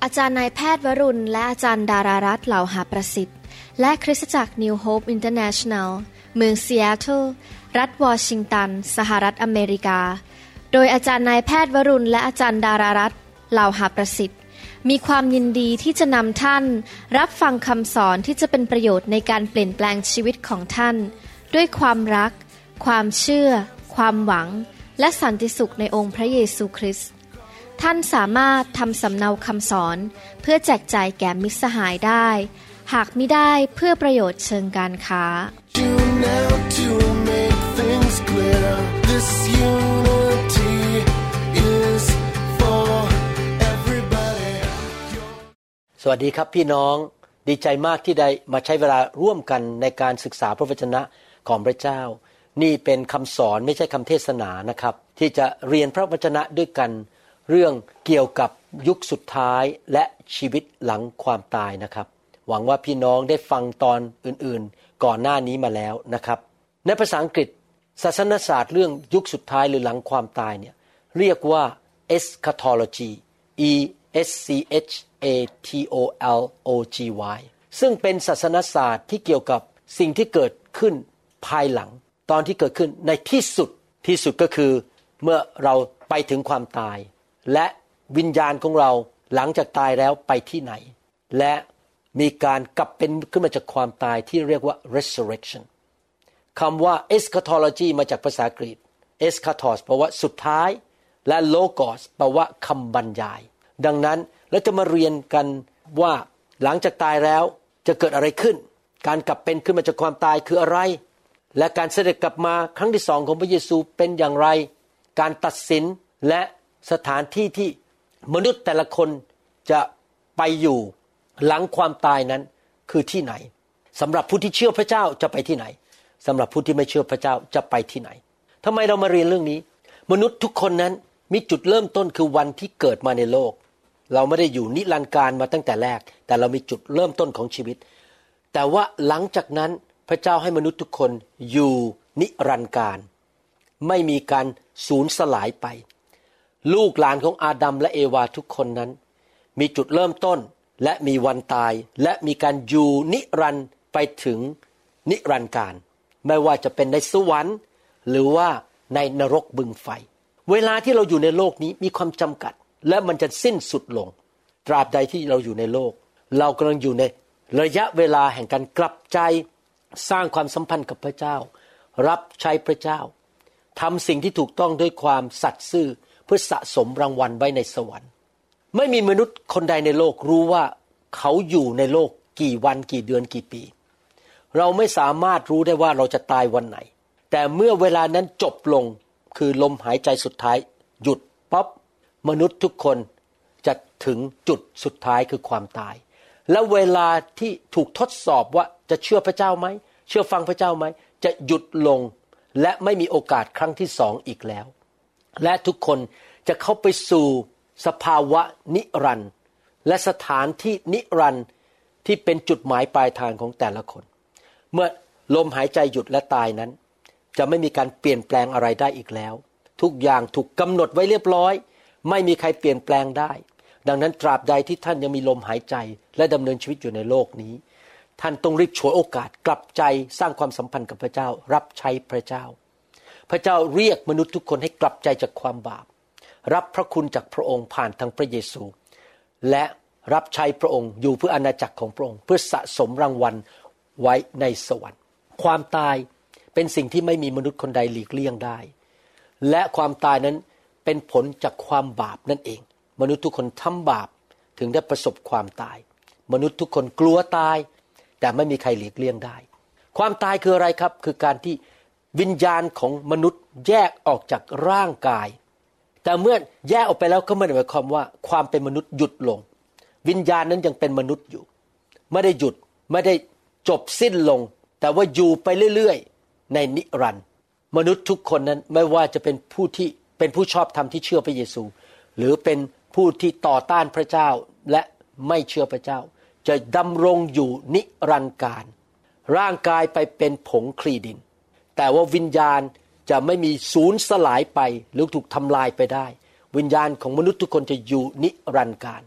อาจารย์นายแพทย์วรุณและอาจารย์ดารารัตน์เหล่าหาประสิทธิ์และคริสตจักร New Hope International เมืองซีแอตเทิลรัฐวอชิงตันสหรัฐอเมริกาโดยอาจารย์นายแพทย์วรุณและอาจารย์ดารารัตน์เหล่าหาประสิทธิ์มีความยินดีที่จะนำท่านรับฟังคำสอนที่จะเป็นประโยชน์ในการเปลี่ยนแปลงชีวิตของท่านด้วยความรักความเชื่อความหวังและสันติสุขในองค์พระเยซูคริสต์ท่านสามารถทำสำเนาคำสอนเพื่อแจกจ่ายแก่มิตรสหายได้หากมิได้เพื่อประโยชน์เชิงการค้าสวัสดีครับพี่น้องดีใจมากที่ได้มาใช้เวลาร่วมกันในการศึกษาพระวจนะของพระเจ้านี่เป็นคำสอนไม่ใช่คำเทศนานะครับที่จะเรียนพระวจนะด้วยกันเรื่องเกี่ยวกับยุคสุดท้ายและชีวิตหลังความตายนะครับหวังว่าพี่น้องได้ฟังตอนอื่นๆก่อนหน้านี้มาแล้วนะครับในภาษาอังกฤษศาสนศาสตร์เรื่องยุคสุดท้ายหรือหลังความตายเนี่ยเรียกว่า eschatology e s c h a t o l o g y ซึ่งเป็นศาสนศาสตร์ที่เกี่ยวกับสิ่งที่เกิดขึ้นภายหลังตอนที่เกิดขึ้นในที่สุดก็คือเมื่อเราไปถึงความตายและวิญญาณของเราหลังจากตายแล้วไปที่ไหนและมีการกลับเป็นขึ้นมาจากความตายที่เรียกว่า resurrection คำว่า eschatology มาจากภาษากรีก eschatos แปลว่าสุดท้ายและ logos แปลว่าคำบรรยายดังนั้นเราจะมาเรียนกันว่าหลังจากตายแล้วจะเกิดอะไรขึ้นการกลับเป็นขึ้นมาจากความตายคืออะไรและการเสด็จกลับมาครั้งที่2ของพระเยซูเป็นอย่างไรการตัดสินและสถานที่ที่มนุษย์แต่ละคนจะไปอยู่หลังความตายนั้นคือที่ไหนสำหรับผู้ที่เชื่อพระเจ้าจะไปที่ไหนสำหรับผู้ที่ไม่เชื่อพระเจ้าจะไปที่ไหนทำไมเรามาเรียนเรื่องนี้มนุษย์ทุกคนนั้นมีจุดเริ่มต้นคือวันที่เกิดมาในโลกเราไม่ได้อยู่นิรันดร์การมาตั้งแต่แรกแต่เรามีจุดเริ่มต้นของชีวิตแต่ว่าหลังจากนั้นพระเจ้าให้มนุษย์ทุกคนอยู่นิรันดร์การไม่มีการสูญสลายไปลูกหลานของอาดัมและเอวาทุกคนนั้นมีจุดเริ่มต้นและมีวันตายและมีการอยู่นิรันดร์ไปถึงนิรันดร์การไม่ว่าจะเป็นในสวรรค์หรือว่าในนรกบึงไฟเวลาที่เราอยู่ในโลกนี้มีความจำกัดและมันจะสิ้นสุดลงตราบใดที่เราอยู่ในโลกเรากำลังอยู่ในระยะเวลาแห่งการกลับใจสร้างความสัมพันธ์กับพระเจ้ารับใช้พระเจ้าทำสิ่งที่ถูกต้องด้วยความสัตย์ซื่อเพื่อสะสมรางวัลไว้ในสวรรค์ไม่มีมนุษย์คนใดในโลกรู้ว่าเขาอยู่ในโลกกี่วันกี่เดือนกี่ปีเราไม่สามารถรู้ได้ว่าเราจะตายวันไหนแต่เมื่อเวลานั้นจบลงคือลมหายใจสุดท้ายหยุดปั๊บมนุษย์ทุกคนจะถึงจุดสุดท้ายคือความตายและเวลาที่ถูกทดสอบว่าจะเชื่อพระเจ้าไหมเชื่อฟังพระเจ้าไหมจะหยุดลงและไม่มีโอกาสครั้งที่2อีกแล้วและทุกคนจะเข้าไปสู่สภาวะนิรันดร์และสถานที่นิรันดร์ที่เป็นจุดหมายปลายทางของแต่ละคนเมื่อลมหายใจหยุดและตายนั้นจะไม่มีการเปลี่ยนแปลงอะไรได้อีกแล้วทุกอย่างถูกกำหนดไว้เรียบร้อยไม่มีใครเปลี่ยนแปลงได้ดังนั้นตราบใดที่ท่านยังมีลมหายใจและดำเนินชีวิตอยู่ในโลกนี้ท่านต้องรีบฉวยโอกาสกลับใจสร้างความสัมพันธ์กับพระเจ้ารับใช้พระเจ้าพระเจ้าเรียกมนุษย์ทุกคนให้กลับใจจากความบาปรับพระคุณจากพระองค์ผ่านทางพระเยซูและรับใช้พระองค์อยู่เพื่ออาณาจักรของพระองค์เพื่อสะสมรางวัลไว้ในสวรรค์ความตายเป็นสิ่งที่ไม่มีมนุษย์คนใดหลีกเลี่ยงได้และความตายนั้นเป็นผลจากความบาปนั่นเองมนุษย์ทุกคนทำบาปถึงได้ประสบความตายมนุษย์ทุกคนกลัวตายแต่ไม่มีใครหลีกเลี่ยงได้ความตายคืออะไรครับคือการที่วิญญาณของมนุษย์แยกออกจากร่างกายแต่เมื่อแยกออกไปแล้วก็ไม่ได้หมายความว่าความเป็นมนุษย์หยุดลงวิญญาณนั้นยังเป็นมนุษย์อยู่ไม่ได้หยุดไม่ได้จบสิ้นลงแต่ว่าอยู่ไปเรื่อยๆในนิรันดร์มนุษย์ทุกคนนั้นไม่ว่าจะเป็นผู้ที่เป็นผู้ชอบธรรมที่เชื่อพระเยซูหรือเป็นผู้ที่ต่อต้านพระเจ้าและไม่เชื่อพระเจ้าจะดำรงอยู่นิรันดร์การร่างกายไปเป็นผงคลีดินแต่ว่าวิญญาณจะไม่มีสูญสลายไปหรือถูกทำลายไปได้วิญญาณของมนุษย์ทุกคนจะอยู่นิรันดร์การ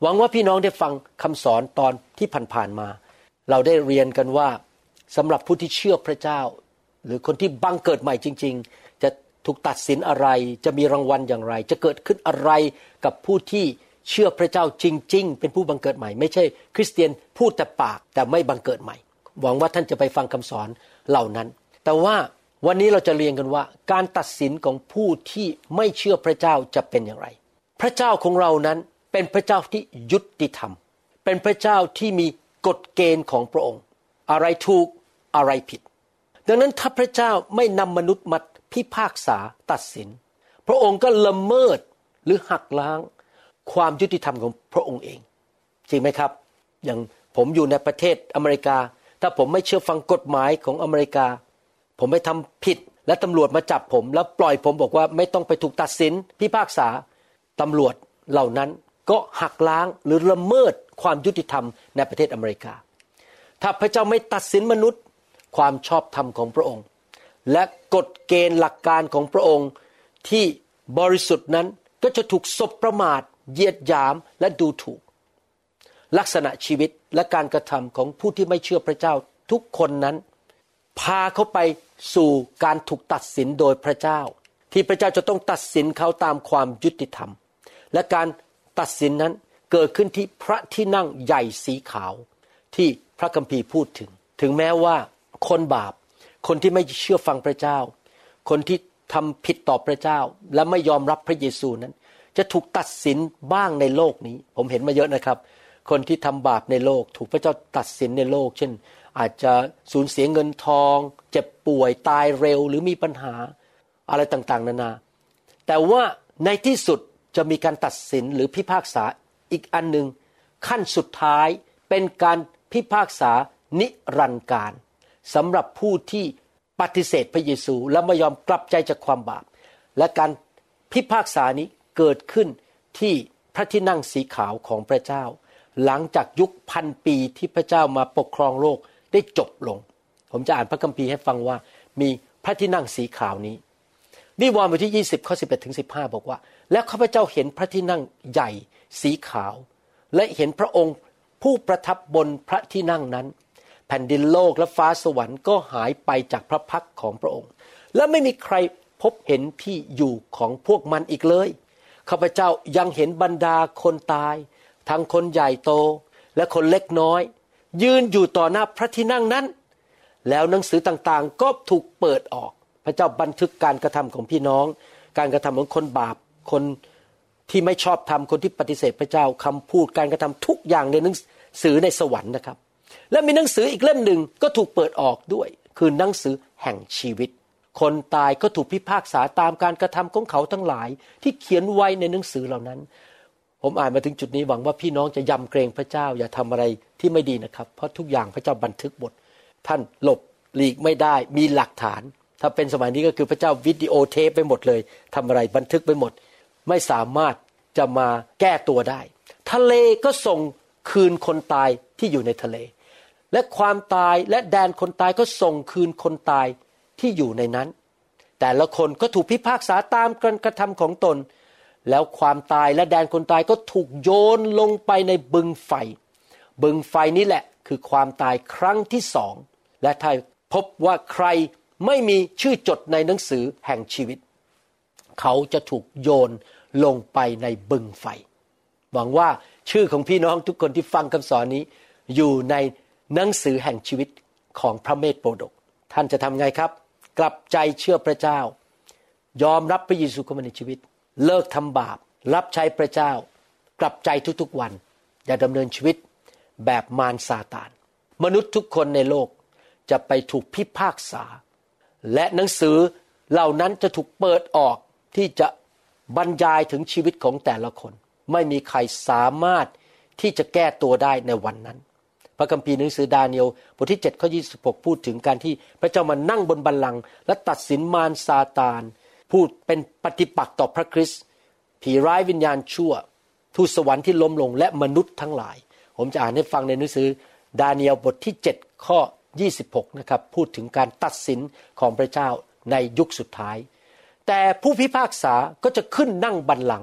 หวังว่าพี่น้องได้ฟังคำสอนตอนที่ผ่านๆมาเราได้เรียนกันว่าสำหรับผู้ที่เชื่อพระเจ้าหรือคนที่บังเกิดใหม่จริงๆจะถูกตัดสินอะไรจะมีรางวัลอย่างไรจะเกิดขึ้นอะไรกับผู้ที่เชื่อพระเจ้าจริงๆเป็นผู้บังเกิดใหม่ไม่ใช่คริสเตียนพูดแต่ปากแต่ไม่บังเกิดใหม่หวังว่าท่านจะไปฟังคำสอนเหล่านั้นแต่ว่าวันนี้เราจะเรียนกันว่าการตัดสินของผู้ที่ไม่เชื่อพระเจ้าจะเป็นอย่างไรพระเจ้าของเรานั้นเป็นพระเจ้าที่ยุติธรรมเป็นพระเจ้าที่มีกฎเกณฑ์ของพระองค์อะไรถูกอะไรผิดดังนั้นถ้าพระเจ้าไม่นำมนุษย์มาพิพากษาตัดสินพระองค์ก็ละเมิดหรือหักล้างความยุติธรรมของพระองค์เองจริงไหมครับอย่างผมอยู่ในประเทศอเมริกาถ้าผมไม่เชื่อฟังกฎหมายของอเมริกาผมไปทำผิดและตำรวจมาจับผมแล้วปล่อยผมบอกว่าไม่ต้องไปถูกตัดสินพิพากษาตำรวจเหล่านั้นก็หักล้างหรือละเมิดความยุติธรรมในประเทศอเมริกาถ้าพระเจ้าไม่ตัดสินมนุษย์ความชอบธรรมของพระองค์และกฎเกณฑ์หลักการของพระองค์ที่บริสุทธิ์นั้นก็จะถูกสบประมาทเหยียดหยามและดูถูกลักษณะชีวิตและการกระทำของผู้ที่ไม่เชื่อพระเจ้าทุกคนนั้นพาเขาไปสู่การถูกตัดสินโดยพระเจ้าที่พระเจ้าจะต้องตัดสินเขาตามความยุติธรรมและการตัดสินนั้นเกิดขึ้นที่พระที่นั่งใหญ่สีขาวที่พระคัมภีร์พูดถึงแม้ว่าคนบาปคนที่ไม่เชื่อฟังพระเจ้าคนที่ทำผิดต่อพระเจ้าและไม่ยอมรับพระเยซูนั้นจะถูกตัดสินบ้างในโลกนี้ผมเห็นมาเยอะนะครับคนที่ทำบาปในโลกถูกพระเจ้าตัดสินในโลกเช่นอาจจะสูญเสียเงินทองเจ็บป่วยตายเร็วหรือมีปัญหาอะไรต่างๆนานาแต่ว่าในที่สุดจะมีการตัดสินหรือพิพากษาอีกอันนึงขั้นสุดท้ายเป็นการพิพากษานิรันดร์กาลสำหรับผู้ที่ปฏิเสธพระเยซูและไม่ยอมกลับใจจากความบาปและการพิพากษานี้เกิดขึ้นที่พระที่นั่งสีขาวของพระเจ้าหลังจากยุคพันปีที่พระเจ้ามาปกครองโลกได้จบลงผมจะอ่านพระคัมภีร์ให้ฟังว่ามีพระที่นั่งสีขาวนี้นิวรณ์บทที่20ข้อ11ถึง15บอกว่าแล้วข้าพเจ้าเห็นพระที่นั่งใหญ่สีขาวและเห็นพระองค์ผู้ประทับบนพระที่นั่งนั้นแผ่นดินโลกและฟ้าสวรรค์ก็หายไปจากพระพักตร์ของพระองค์และไม่มีใครพบเห็นที่อยู่ของพวกมันอีกเลยข้าพเจ้ายังเห็นบรรดาคนตายทั้งคนใหญ่โตและคนเล็กน้อยยืนอยู่ต่อหน้าพระที่นั่งนั้นแล้วหนังสือต่างๆก็ถูกเปิดออกพระเจ้าบันทึกการกระทำของพี่น้องการกระทำของคนบาปคนที่ไม่ชอบธรรมคนที่ปฏิเสธพระเจ้าคำพูดการกระทำทุกอย่างในหนังสือในสวรรค์นะครับและมีหนังสืออีกเล่มหนึ่งก็ถูกเปิดออกด้วยคือหนังสือแห่งชีวิตคนตายก็ถูกพิพากษาตามการกระทำของเขาทั้งหลายที่เขียนไว้ในหนังสือเหล่านั้นผมอ่านมาถึงจุดนี้หวังว่าพี่น้องจะยำเกรงพระเจ้าอย่าทำอะไรที่ไม่ดีนะครับเพราะทุกอย่างพระเจ้าบันทึกหมดท่านหลบหลีกไม่ได้มีหลักฐานถ้าเป็นสมัยนี้ก็คือพระเจ้าวิดีโอเทปไปหมดเลยทำอะไรบันทึกไปหมดไม่สามารถจะมาแก้ตัวได้ทะเลก็ส่งคืนคนตายที่อยู่ในทะเลและความตายและแดนคนตายก็ส่งคืนคนตายที่อยู่ในนั้นแต่ละคนก็ถูกพิพากษาตามการกระทำของตนแล้วความตายและแดนคนตายก็ถูกโยนลงไปในบึงไฟบึงไฟนี้แหละคือความตายครั้งที่สองและถ้าพบว่าใครไม่มีชื่อจดในหนังสือแห่งชีวิตเขาจะถูกโยนลงไปในบึงไฟหวังว่าชื่อของพี่น้องทุกคนที่ฟังคำสอนนี้อยู่ในหนังสือแห่งชีวิตของพระเมธโปรดกท่านจะทำไงครับกลับใจเชื่อพระเจ้ายอมรับพระเยซูเข้ามาในชีวิตเลิกทำบาปรับใช้พระเจ้ากลับใจทุกๆวันอย่าดำเนินชีวิตแบบมารซาตานมนุษย์ทุกคนในโลกจะไปถูกพิพากษาและหนังสือเหล่านั้นจะถูกเปิดออกที่จะบรรยายถึงชีวิตของแต่ละคนไม่มีใครสามารถที่จะแก้ตัวได้ในวันนั้นพระคัมภีร์หนังสือดาเนียลบทที่7ข้อ26พูดถึงการที่พระเจ้ามานั่งบนบัลลังก์และตัดสินมารซาตานพูดเป็นปฏิปักษ์ต่อพระคริสต์ผีร้ายวิญญาณชั่วทูตสวรรค์ที่ล้มลงและมนุษย์ทั้งหลายผมจะอ่านให้ฟังในหนังสือดาเนียลบทที่7ข้อ26นะครับพูดถึงการตัดสินของพระเจ้าในยุคสุดท้ายแต่ผู้พิพากษาก็จะขึ้นนั่งบัลลังก์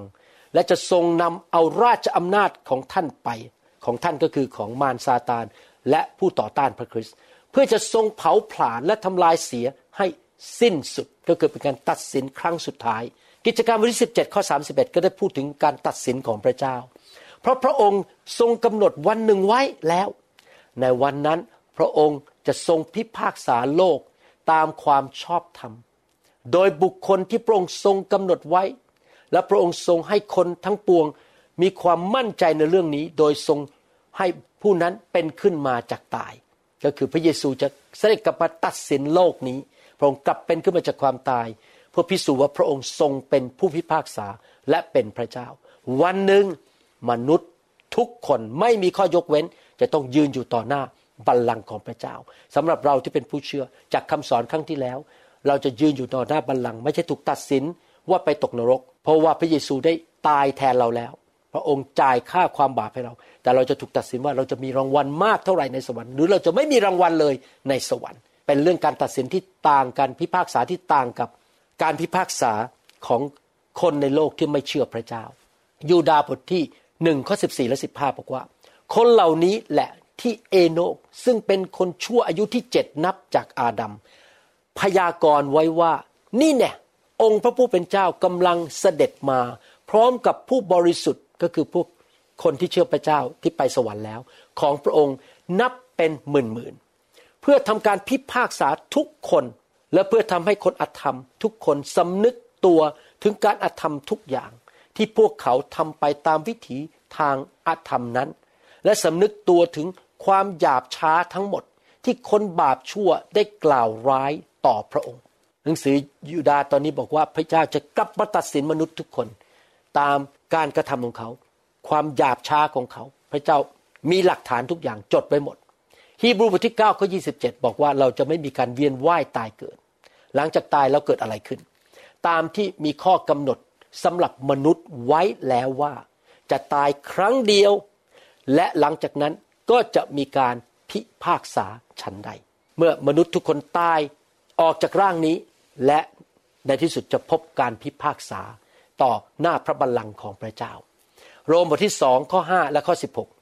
และจะทรงนำเอาราชอำนาจของท่านไปของท่านก็คือของมารซาตานและผู้ต่อต้านพระคริสต์เพื่อจะทรงเผาผลาญและทำลายเสียให้สิ้นสุดก็คือเป็นการตัดสินครั้งสุดท้ายกิจการบทที่17ข้อ31ก็ได้พูดถึงการตัดสินของพระเจ้าเพราะพระองค์ทรงกำหนดวันหนึ่งไว้แล้วในวันนั้นพระองค์จะทรงพิพากษาโลกตามความชอบธรรมโดยบุคคลที่พระองค์ทรงกำหนดไว้และพระองค์ทรงให้คนทั้งปวงมีความมั่นใจในเรื่องนี้โดยทรงให้ผู้นั้นเป็นขึ้นมาจากตายก็คือพระเยซูจะเสด็จกลับมาตัดสินโลกนี้พระองค์กลับเป็นขึ้นมาจากความตายเพื่อพิสูจน์ว่าพระองค์ทรงเป็นผู้พิพากษาและเป็นพระเจ้าวันหนึ่งมนุษย์ทุกคนไม่มีข้อยกเว้นจะต้องยืนอยู่ต่อหน้าบัลลังก์ของพระเจ้าสำหรับเราที่เป็นผู้เชื่อจากคำสอนครั้งที่แล้วเราจะยืนอยู่ต่อหน้าบัลลังก์ไม่ใช่ถูกตัดสินว่าไปตกนรกเพราะว่าพระเยซูได้ตายแทนเราแล้วพระองค์จ่ายค่าความบาปให้เราแต่เราจะถูกตัดสินว่าเราจะมีรางวัลมากเท่าไหร่ในสวรรค์หรือเราจะไม่มีรางวัลเลยในสวรรค์เป็นเรื่องการตัดสินที่ต่างกันพิพากษาที่ต่างกับการพิพากษาของคนในโลกที่ไม่เชื่อพระเจ้ายูดาห์บทที่1ข้อ14และ15บอกว่าคนเหล่านี้แหละที่เอโนกซึ่งเป็นคนชั่วอายุที่7นับจากอาดัมพยากรณ์ไว้ว่านี่แน่องค์พระผู้เป็นเจ้ากำลังเสด็จมาพร้อมกับผู้บริสุทธิ์ก็คือพวกคนที่เชื่อพระเจ้าที่ไปสวรรค์แล้วของพระองค์นับเป็นหมื่นๆเพื่อทำการพิพากษาทุกคนและเพื่อทำให้คนอธรรมทุกคนสำนึกตัวถึงการอธรรมทุกอย่างที่พวกเขาทำไปตามวิถีทางอธรรมนั้นและสำนึกตัวถึงความหยาบช้าทั้งหมดที่คนบาปชั่วได้กล่าวร้ายต่อพระองค์หนังสือยูดาห์ตอนนี้บอกว่าพระเจ้าจะกลับมาตัดสินมนุษย์ทุกคนตามการกระทำของเขาความหยาบช้าของเขาพระเจ้ามีหลักฐานทุกอย่างจดไว้หมดฮีบรูบทที่9ข้อ27บอกว่าเราจะไม่มีการเวียนว่ายตายเกิดหลังจากตายแล้วเกิดอะไรขึ้นตามที่มีข้อกำหนดสำหรับมนุษย์ไว้แล้วว่าจะตายครั้งเดียวและหลังจากนั้นก็จะมีการพิพากษาฉันใดเมื่อมนุษย์ทุกคนตายออกจากร่างนี้และในที่สุดจะพบการพิพากษาต่อหน้าพระบัลลังก์ของพระเจ้าโรมบทที่2ข้อ5และข้อ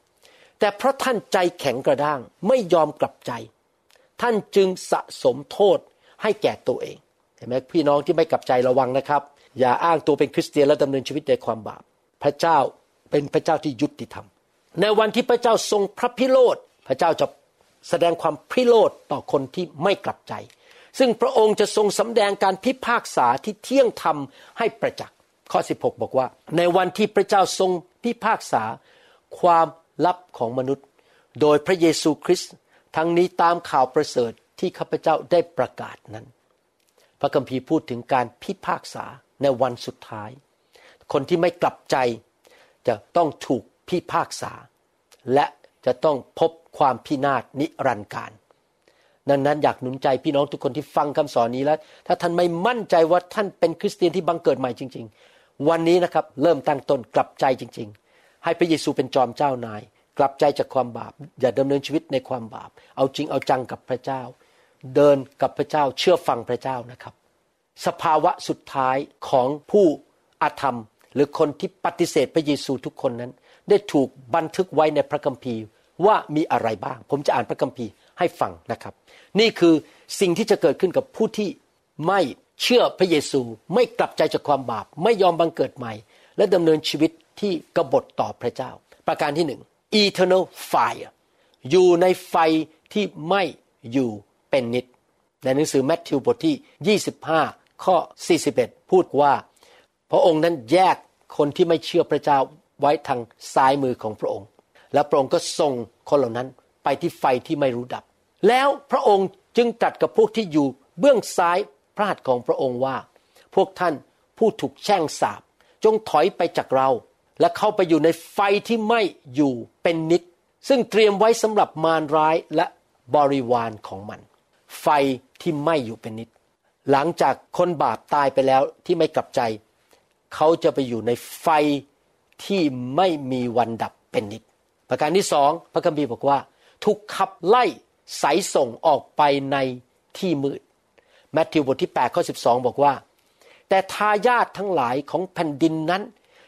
16แต่เพราะท่านใจแข็งกระด้างไม่ยอมกลับใจท่านจึงสะสมโทษให้แก่ตัวเองเห็นไหมพี่น้องที่ไม่กลับใจระวังนะครับอย่าอ้างตัวเป็นคริสเตียนแล้วดำเนินชีวิตในความบาปพระเจ้าเป็นพระเจ้าที่ยุติธรรมในวันที่พระเจ้าทรงพระพิโรธพระเจ้าจะแสดงความพิโรธต่อคนที่ไม่กลับใจซึ่งพระองค์จะทรงสำแดงการพิพากษาที่เที่ยงธรรมให้ประจักษ์ข้อ16บอกว่าในวันที่พระเจ้าทรงพิพากษาความลับของมนุษย์โดยพระเยซูคริสต์ทั้งนี้ตามข่าวประเสริฐที่ข้าพเจ้าได้ประกาศนั้นพระคัมภีร์พูดถึงการพิพากษาในวันสุดท้ายคนที่ไม่กลับใจจะต้องถูกพิพากษาและจะต้องพบความพินาศนิรันดร์กาลดังนั้นอยากหนุนใจพี่น้องทุกคนที่ฟังคำสอนนี้แล้วถ้าท่านไม่มั่นใจว่าท่านเป็นคริสเตียนที่บังเกิดใหม่จริงๆวันนี้นะครับเริ่มตั้งต้นกลับใจจริงๆให้พระเยซูเป็นจอมเจ้านายกลับใจจากความบาปอย่าดำเนินชีวิตในความบาปเอาจริงเอาจังกับพระเจ้าเดินกับพระเจ้าเชื่อฟังพระเจ้านะครับสภาวะสุดท้ายของผู้อธรรมหรือคนที่ปฏิเสธพระเยซูทุกคนนั้นได้ถูกบันทึกไว้ในพระคัมภีร์ว่ามีอะไรบ้างผมจะอ่านพระคัมภีร์ให้ฟังนะครับนี่คือสิ่งที่จะเกิดขึ้นกับผู้ที่ไม่เชื่อพระเยซูไม่กลับใจจากความบาปไม่ยอมบังเกิดใหม่และดำเนินชีวิตที่กบฏต่อพระเจ้าประการที่1 Eternal Fire อยู่ในไฟที่ไม่อยู่เป็นนิจในหนังสือมัทธิวบทที่25ข้อ41พูดว่าพระองค์นั้นแยกคนที่ไม่เชื่อพระเจ้าไว้ทางซ้ายมือของพระองค์และพระองค์ก็ส่งคนเหล่านั้นไปที่ไฟที่ไม่รู้ดับแล้วพระองค์จึงตรัสกับพวกที่อยู่เบื้องซ้ายพระหัตถ์ของพระองค์ว่าพวกท่านผู้ถูกแช่งสาปจงถอยไปจากเราและเข้าไปอยู่ในไฟที่ไม่อยู่เป็นนิจซึ่งเตรียมไว้สำหรับมารร้ายและบริวารของมันไฟที่ไม่อยู่เป็นนิจหลังจากคนบาปตายไปแล้วที่ไม่กลับใจเขาจะไปอยู่ในไฟที่ไม่มีวันดับเป็นนิจประการที่2พระคัมภีร์บอกว่าถูกขับไล่ไสส่งออกไปในที่มืดมัทธิวบทที่8ข้อ12บอกว่าแต่ทายาททั้งหลายของแผ่นดินนั้น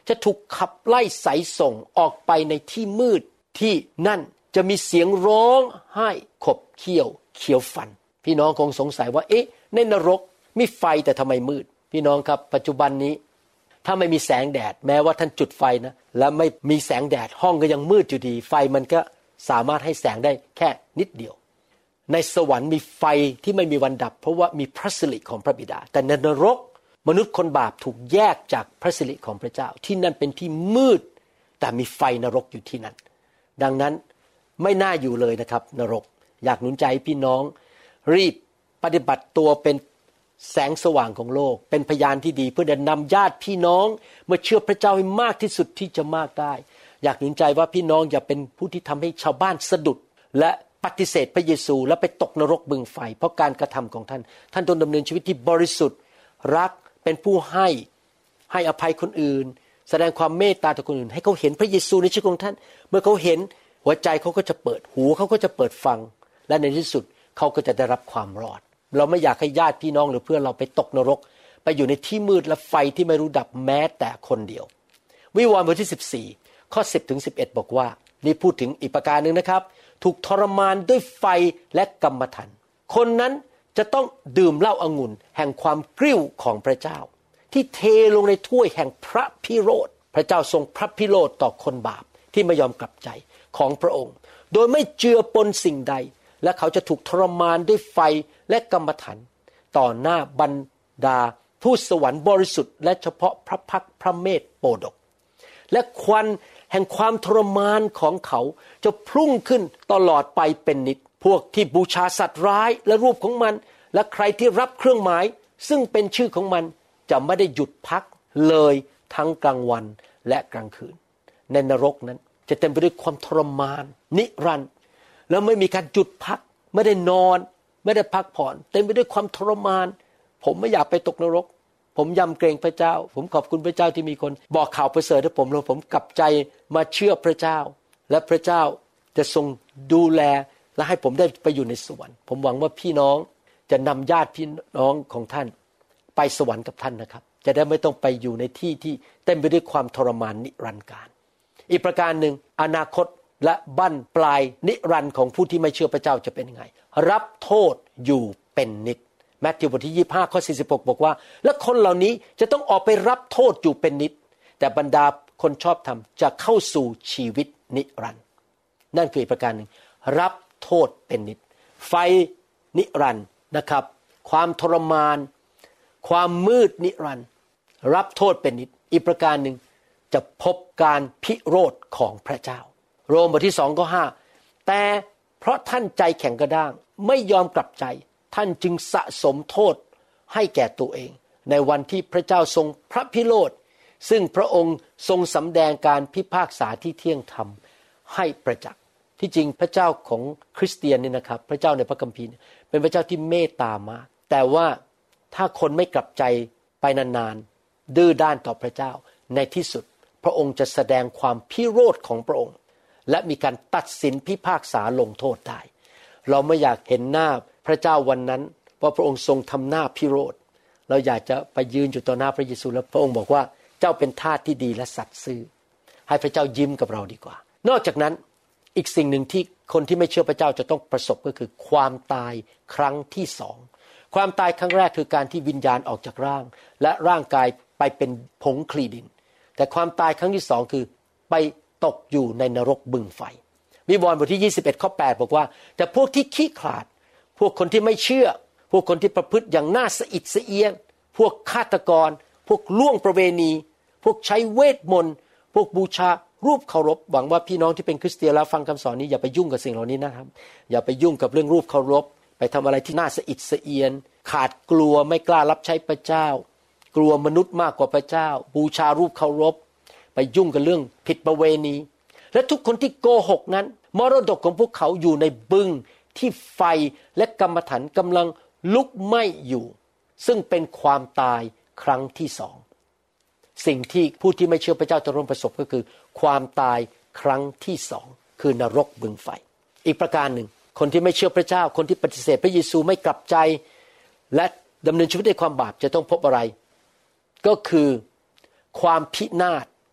จะถูกขับไล่ไสส่งออกไปในที่มืดที่นั่นจะมีเสียงร้องไห้ขบเคี้ยวเคี้ยวฟันพี่น้องคงสงสัยว่าในนรกมีไฟแต่ทำไมมืดพี่น้องครับปัจจุบันนี้ถ้าไม่มีแสงแดดแม้ว่าท่านจุดไฟนะและไม่มีแสงแดดห้องก็ยังมืดอยู่ดีไฟมันก็สามารถให้แสงได้แค่นิดเดียวในสวรรค์มีไฟที่ไม่มีวันดับเพราะว่ามีพระสิริของพระบิดาแต่ในนรกมนุษย์คนบาปถูกแยกจากพระสิริของพระเจ้าที่นั่นเป็นที่มืดแต่มีไฟนรกอยู่ที่นั่นดังนั้นไม่น่าอยู่เลยนะครับนรกอยากหนุนใจพี่น้องรีบปฏิบัติตัวเป็นแสงสว่างของโลกเป็นพยานที่ดีเพื่อจะนำญาติพี่น้องมาเชื่อพระเจ้าให้มากที่สุดที่จะมากได้อยากหนุนใจว่าพี่น้องอย่าเป็นผู้ที่ทำให้ชาวบ้านสะดุดและปฏิเสธพระเยซูและไปตกนรกบึงไฟเพราะการกระทำของท่านต้องดำเนินชีวิตที่บริสุทธิ์รักเป็นผู้ให้อภัยคนอื่นแสดงความเมตตาต่อคนอื่นให้เขาเห็นพระเยซูในชีวิตของท่านเมื่อเขาเห็นหัวใจเขาก็จะเปิดหูเขาก็จะเปิดฟังและในที่สุดเขาก็จะได้รับความรอดเราไม่อยากให้ญาติพี่น้องหรือเพื่อนเราไปตกนรกไปอยู่ในที่มืดและไฟที่ไม่รู้ดับแม้แต่คนเดียววิวรณ์บทที่14ข้อ10ถึง11บอกว่านี่พูดถึงอีกประการนึงนะครับถูกทรมานด้วยไฟและกรรมฐานคนนั้นจะต้องดื่มเหล้าองุ่นแห่งความกริ้วของพระเจ้าที่เทลงในถ้วยแห่งพระพิโรธพระเจ้าทรงพระพิโรธต่อคนบาปที่ไม่ยอมกลับใจของพระองค์โดยไม่เจือปนสิ่งใดและเขาจะถูกทรมานด้วยไฟและกรรมฐานต่อหน้าบรรดาทูตสวรรค์บริสุทธิ์และเฉพาะพระพักพระเมธโปรดกและควันแห่งความทรมานของเขาจะพุ่งขึ้นตลอดไปเป็นนิจพวกที่บูชาสัตว์ร้ายและรูปของมันและใครที่รับเครื่องหมายซึ่งเป็นชื่อของมันจะไม่ได้หยุดพักเลยทั้งกลางวันและกลางคืนในนรกนั้นจะเต็มไปด้วยความทรมานนิรันดร์แล้วไม่มีการหยุดพักไม่ได้นอนไม่ได้พักผ่อนเต็มไปด้วยความทรมานผมไม่อยากไปตกนรกผมยำเกรงพระเจ้าผมขอบคุณพระเจ้าที่มีคนบอกข่าวประเสริฐให้ผมแล้วผมกลับใจมาเชื่อพระเจ้าและพระเจ้าจะทรงดูแลและให้ผมได้ไปอยู่ในสวรรค์ผมหวังว่าพี่น้องจะนำญาติพี่น้องของท่านไปสวรรค์กับท่านนะครับจะได้ไม่ต้องไปอยู่ในที่ที่เต็มไปด้วยความทรมานนิรันดร์กาลอีกประการหนึ่งอนาคตและบั้นปลายนิรันดร์ของผู้ที่ไม่เชื่อพระเจ้าจะเป็นยังไงรับโทษอยู่เป็นนิจมัทธิวบทที่25ข้อ46บอกว่าและคนเหล่านี้จะต้องออกไปรับโทษอยู่เป็นนิจแต่บรรดาคนชอบธรรมจะเข้าสู่ชีวิตนิรันดร์นั่นคืออีกประการหนึ่งรับโทษเป็นนิจไฟนิรันดร์นะครับความทรมานความมืดนิรันดร์รับโทษเป็นนิจอีกประการหนึ่งจะพบการพิโรธของพระเจ้าโรมบทที่2ข้อ5แต่เพราะท่านใจแข็งกระด้างไม่ยอมกลับใจท่านจึงสะสมโทษให้แก่ตัวเองในวันที่พระเจ้าทรงพระพิโรธซึ่งพระองค์ทรงสำแดงการพิพากษาที่เที่ยงธรรมให้ประจักษ์ที่จริงพระเจ้าของคริสเตียนนี่นะครับพระเจ้าในพระคัมภีร์เป็นพระเจ้าที่เมตตามากแต่ว่าถ้าคนไม่กลับใจไปนานๆดื้อด้านต่อพระเจ้าในที่สุดพระองค์จะแสดงความพิโรธของพระองค์และมีการตัดสินพิพากษาลงโทษได้เราไม่อยากเห็นหน้าพระเจ้าวันนั้นว่าพระองค์ทรงทำหน้าพิโรธเราอยากจะไปยืนอยู่ต่อหน้าพระเยซูแล้วพระองค์บอกว่าเจ้าเป็นทาสที่ดีและสัตย์ซื่อให้พระเจ้ายิ้มกับเราดีกว่านอกจากนั้นอีกสิ่งหนึ่งที่คนที่ไม่เชื่อพระเจ้าจะต้องประสบก็คือความตายครั้งที่สองความตายครั้งแรกคือการที่วิญญาณออกจากร่างและร่างกายไปเป็นผงคลีดินแต่ความตายครั้งที่สองคือไปตกอยู่ในนรกบึงไฟวิวรณ์บทที่21ข้อ8บอกว่าแต่พวกที่ขี้ขลาดพวกคนที่ไม่เชื่อพวกคนที่ประพฤติอย่างน่าสะอิดสะเอียนพวกฆาตกรพวกล่วงประเวณีพวกใช้เวทมนต์พวกบูชารูปเคารพหวังว่าพี่น้องที่เป็นคริสเตียนแล้วฟังคำสอนนี้อย่าไปยุ่งกับสิ่งเหล่านี้นะครับอย่าไปยุ่งกับเรื่องรูปเคารพไปทำอะไรที่น่าสะอิดสะเอียนขาดกลัวไม่กล้ารับใช้พระเจ้ากลัวมนุษย์มากกว่าพระเจ้าบูชารูปเคารพไปยุ่งกับเรื่องผิดประเวณีและทุกคนที่โกหกนั้นมรดกของพวกเขาอยู่ในบึงที่ไฟและกรรมฐานกำลังลุกไหม้อยู่ซึ่งเป็นความตายครั้งที่สองสิ่งที่ผู้ที่ไม่เชื่อพระเจ้าจะร่วมประสบก็คือความตายครั้งที่สองคือนรกบึงไฟอีกประการหนึ่งคนที่ไม่เชื่อพระเจ้าคนที่ปฏิเสธพระเยซูไม่กลับใจและดำเนินชีวิตในความบาปจะต้องพบอะไรก็คือความพินาศ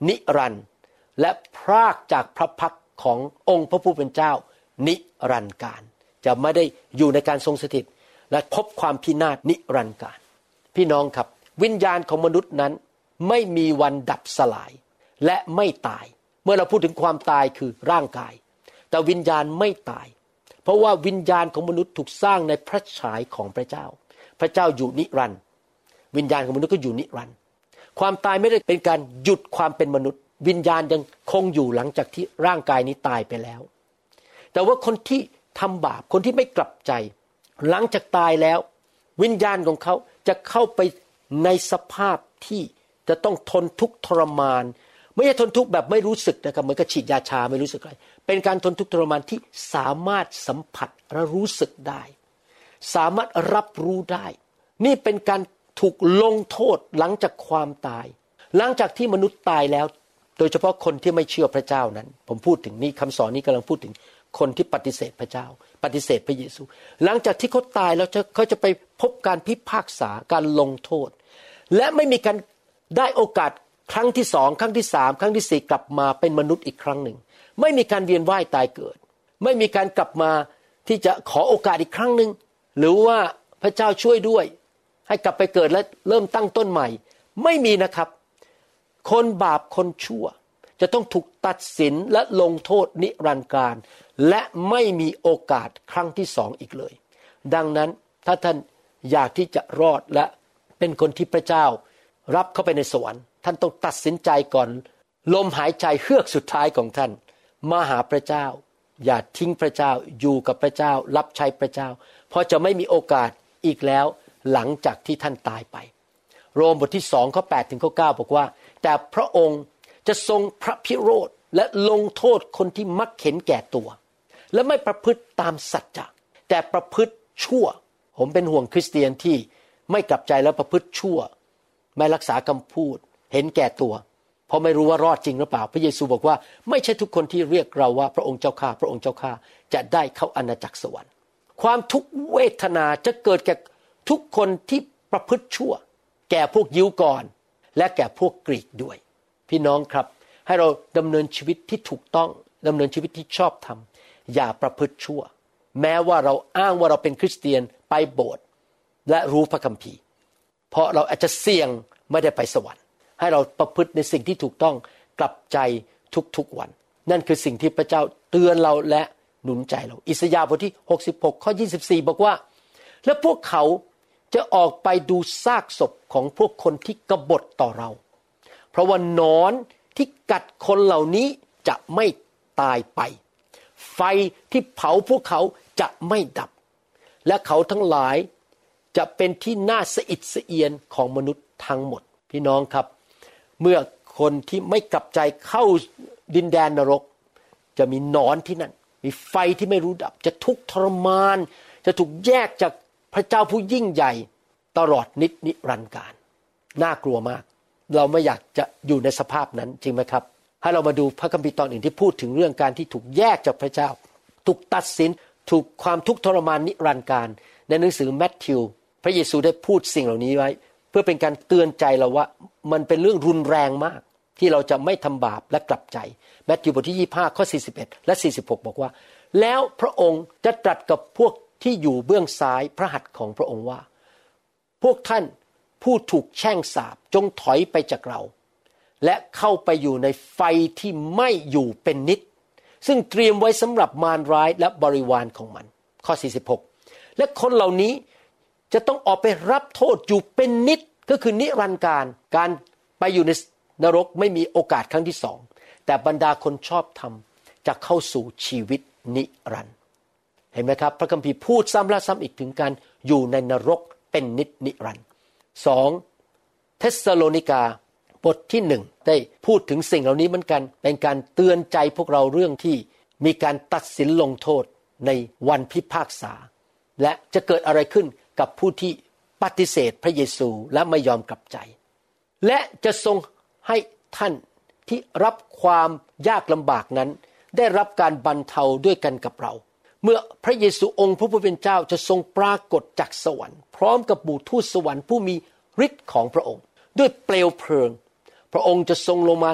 นิรันดร์และพรากจากพระพักขององค์พระผู้เป็นเจ้านิรันดร์การจะไม่ได้อยู่ในการทรงสถิตและพบความพินาศนิรันดร์การพี่น้องครับวิญญาณของมนุษย์นั้นไม่มีวันดับสลายและไม่ตายเมื่อเราพูดถึงความตายคือร่างกายแต่วิญญาณไม่ตายเพราะว่าวิญญาณของมนุษย์ถูกสร้างในพระฉายของพระเจ้าพระเจ้าอยู่นิรันดร์วิญญาณของมนุษย์ก็อยู่นิรันดร์ความตายไม่ได้เป็นการหยุดความเป็นมนุษย์วิญญาณยังคงอยู่หลังจากที่ร่างกายนี้ตายไปแล้วแต่ว่าคนที่ทำบาปคนที่ไม่กลับใจหลังจากตายแล้ววิญญาณของเขาจะเข้าไปในสภาพที่จะต้องทนทุกข์ทรมานไม่ใช่ทนทุกข์แบบไม่รู้สึกนะครับเหมือนกับฉีดยาชาไม่รู้สึกอะไรเป็นการทนทุกข์ทรมานที่สามารถสัมผัสและรู้สึกได้สามารถรับรู้ได้นี่เป็นการถูกลงโทษหลังจากความตายหลังจากที่มนุษย์ตายแล้วโดยเฉพาะคนที่ไม่เชื่อพระเจ้านั้นผมพูดถึงนี่คำสอนนี้กำลังพูดถึงคนที่ปฏิเสธพระเจ้าปฏิเสธพระเยซูหลังจากที่เขาตายแล้วเขาจะไปพบการพิพากษาการลงโทษและไม่มีการได้โอกาสครั้งที่2ครั้งที่3ครั้งที่4กลับมาเป็นมนุษย์อีกครั้งหนึ่งไม่มีการเวียนว่ายตายเกิดไม่มีการกลับมาที่จะขอโอกาสอีกครั้งหนึ่งหรือว่าพระเจ้าช่วยด้วยให้กลับไปเกิดและเริ่มตั้งต้นใหม่ไม่มีนะครับคนบาปคนชั่วจะต้องถูกตัดสินและลงโทษนิรันดร์การและไม่มีโอกาสครั้งที่2อีกเลยดังนั้นถ้าท่านอยากที่จะรอดและเป็นคนที่พระเจ้ารับเข้าไปในสวรรค์ท่านต้องตัดสินใจก่อนลมหายใจเฮือกสุดท้ายของท่านมาหาพระเจ้าอย่าทิ้งพระเจ้าอยู่กับพระเจ้ารับใช้พระเจ้าเพราะจะไม่มีโอกาสอีกแล้วหลังจากที่ท่านตายไปโรมบทที่2ข้อ8ถึงข้อ9บอกว่าแต่พระองค์จะทรงพระพิโรธและลงโทษคนที่มักเห็นแก่ตัวและไม่ประพฤติตามสัจจะแต่ประพฤติชั่วผมเป็นห่วงคริสเตียนที่ไม่กลับใจแล้วประพฤติชั่วไม่รักษาคำพูดเห็นแก่ตัวเพราะไม่รู้ว่ารอดจริงหรือเปล่าพระเยซูบอกว่าไม่ใช่ทุกคนที่เรียกเราว่าพระองค์เจ้าข้าพระองค์เจ้าข้าจะได้เข้าอาณาจักรสวรรค์ความทุกขเวทนาจะเกิดแก่ทุกคนที่ประพฤติชั่วแก่พวกยิวก่อนและแก่พวกกรีกด้วยพี่น้องครับให้เราดำเนินชีวิตที่ถูกต้องดำเนินชีวิตที่ชอบธรรมอย่าประพฤติชั่วแม้ว่าเราอ้างว่าเราเป็นคริสเตียนไปโบสถ์และรู้พระคัมภีร์เพราะเราอาจจะเสี่ยงไม่ได้ไปสวรรค์ให้เราประพฤติในสิ่งที่ถูกต้องกลับใจทุกๆวันนั่นคือสิ่งที่พระเจ้าเตือนเราและหนุนใจเราอิสยาห์บทที่66ข้อ24บอกว่าและพวกเขาจะออกไปดูซากศพของพวกคนที่กบฏต่อเราเพราะว่าหนอนที่กัดคนเหล่านี้จะไม่ตายไปไฟที่เผาพวกเขาจะไม่ดับและเขาทั้งหลายจะเป็นที่น่าสะอิดสะเอียนของมนุษย์ทั้งหมดพี่น้องครับเมื่อคนที่ไม่กลับใจเข้าดินแดนนรกจะมีหนอนที่นั่นมีไฟที่ไม่รู้ดับจะทุกข์ทรมานจะถูกแยกจากพระเจ้าผู้ยิ่งใหญ่ตลอดนิรันดร์กาลน่ากลัวมากเราไม่อยากจะอยู่ในสภาพนั้นจริงไหมครับให้เรามาดูพระคัมภีร์ตอนอื่นที่พูดถึงเรื่องการที่ถูกแยกจากพระเจ้าถูกตัดสินถูกความทุกข์ทรมานนิรันดร์กาลในหนังสือมัทธิวพระเยซูได้พูดสิ่งเหล่านี้ไว้เพื่อเป็นการเตือนใจเราว่ามันเป็นเรื่องรุนแรงมากที่เราจะไม่ทำบาปและกลับใจมัทธิวบทที่25ข้อ41และ46บอกว่าแล้วพระองค์จะตรัสกับพวกที่อยู่เบื้องซ้ายพระหัตถ์ของพระองค์ว่าพวกท่านผู้ถูกแช่งสาปจงถอยไปจากเราและเข้าไปอยู่ในไฟที่ไม่อยู่เป็นนิจซึ่งเตรียมไว้สำหรับมารร้ายและบริวารของมันข้อ46และคนเหล่านี้จะต้องออกไปรับโทษอยู่เป็นนิจก็คือนิรันดร์การไปอยู่ในนรกไม่มีโอกาสครั้งที่2แต่บรรดาคนชอบธรรมจะเข้าสู่ชีวิตนิรันดร์เห็นไหมครับพระคัมภีร์พูดซ้ำและซ้ำอีกถึงการอยู่ในนรกเป็นนิรันดร์2เธสซาโลนิกาบทที่1ได้พูดถึงสิ่งเหล่านี้เหมือนกันเป็นการเตือนใจพวกเราเรื่องที่มีการตัดสินลงโทษในวันพิพากษาและจะเกิดอะไรขึ้นกับผู้ที่ปฏิเสธพระเยซูและไม่ยอมกลับใจและจะทรงให้ท่านที่รับความยากลำบากนั้นได้รับการบรรเทาด้วยกันกับเราเมื่อพระเยซูองค์พระผู้เป็นเจ้าจะทรงปรากฏจากสวรรค์พร้อมกับหมู่ทูตสวรรค์ผู้มีฤทธิ์ของพระองค์ด้วยเปลวเพลิงพระองค์จะทรงลงมา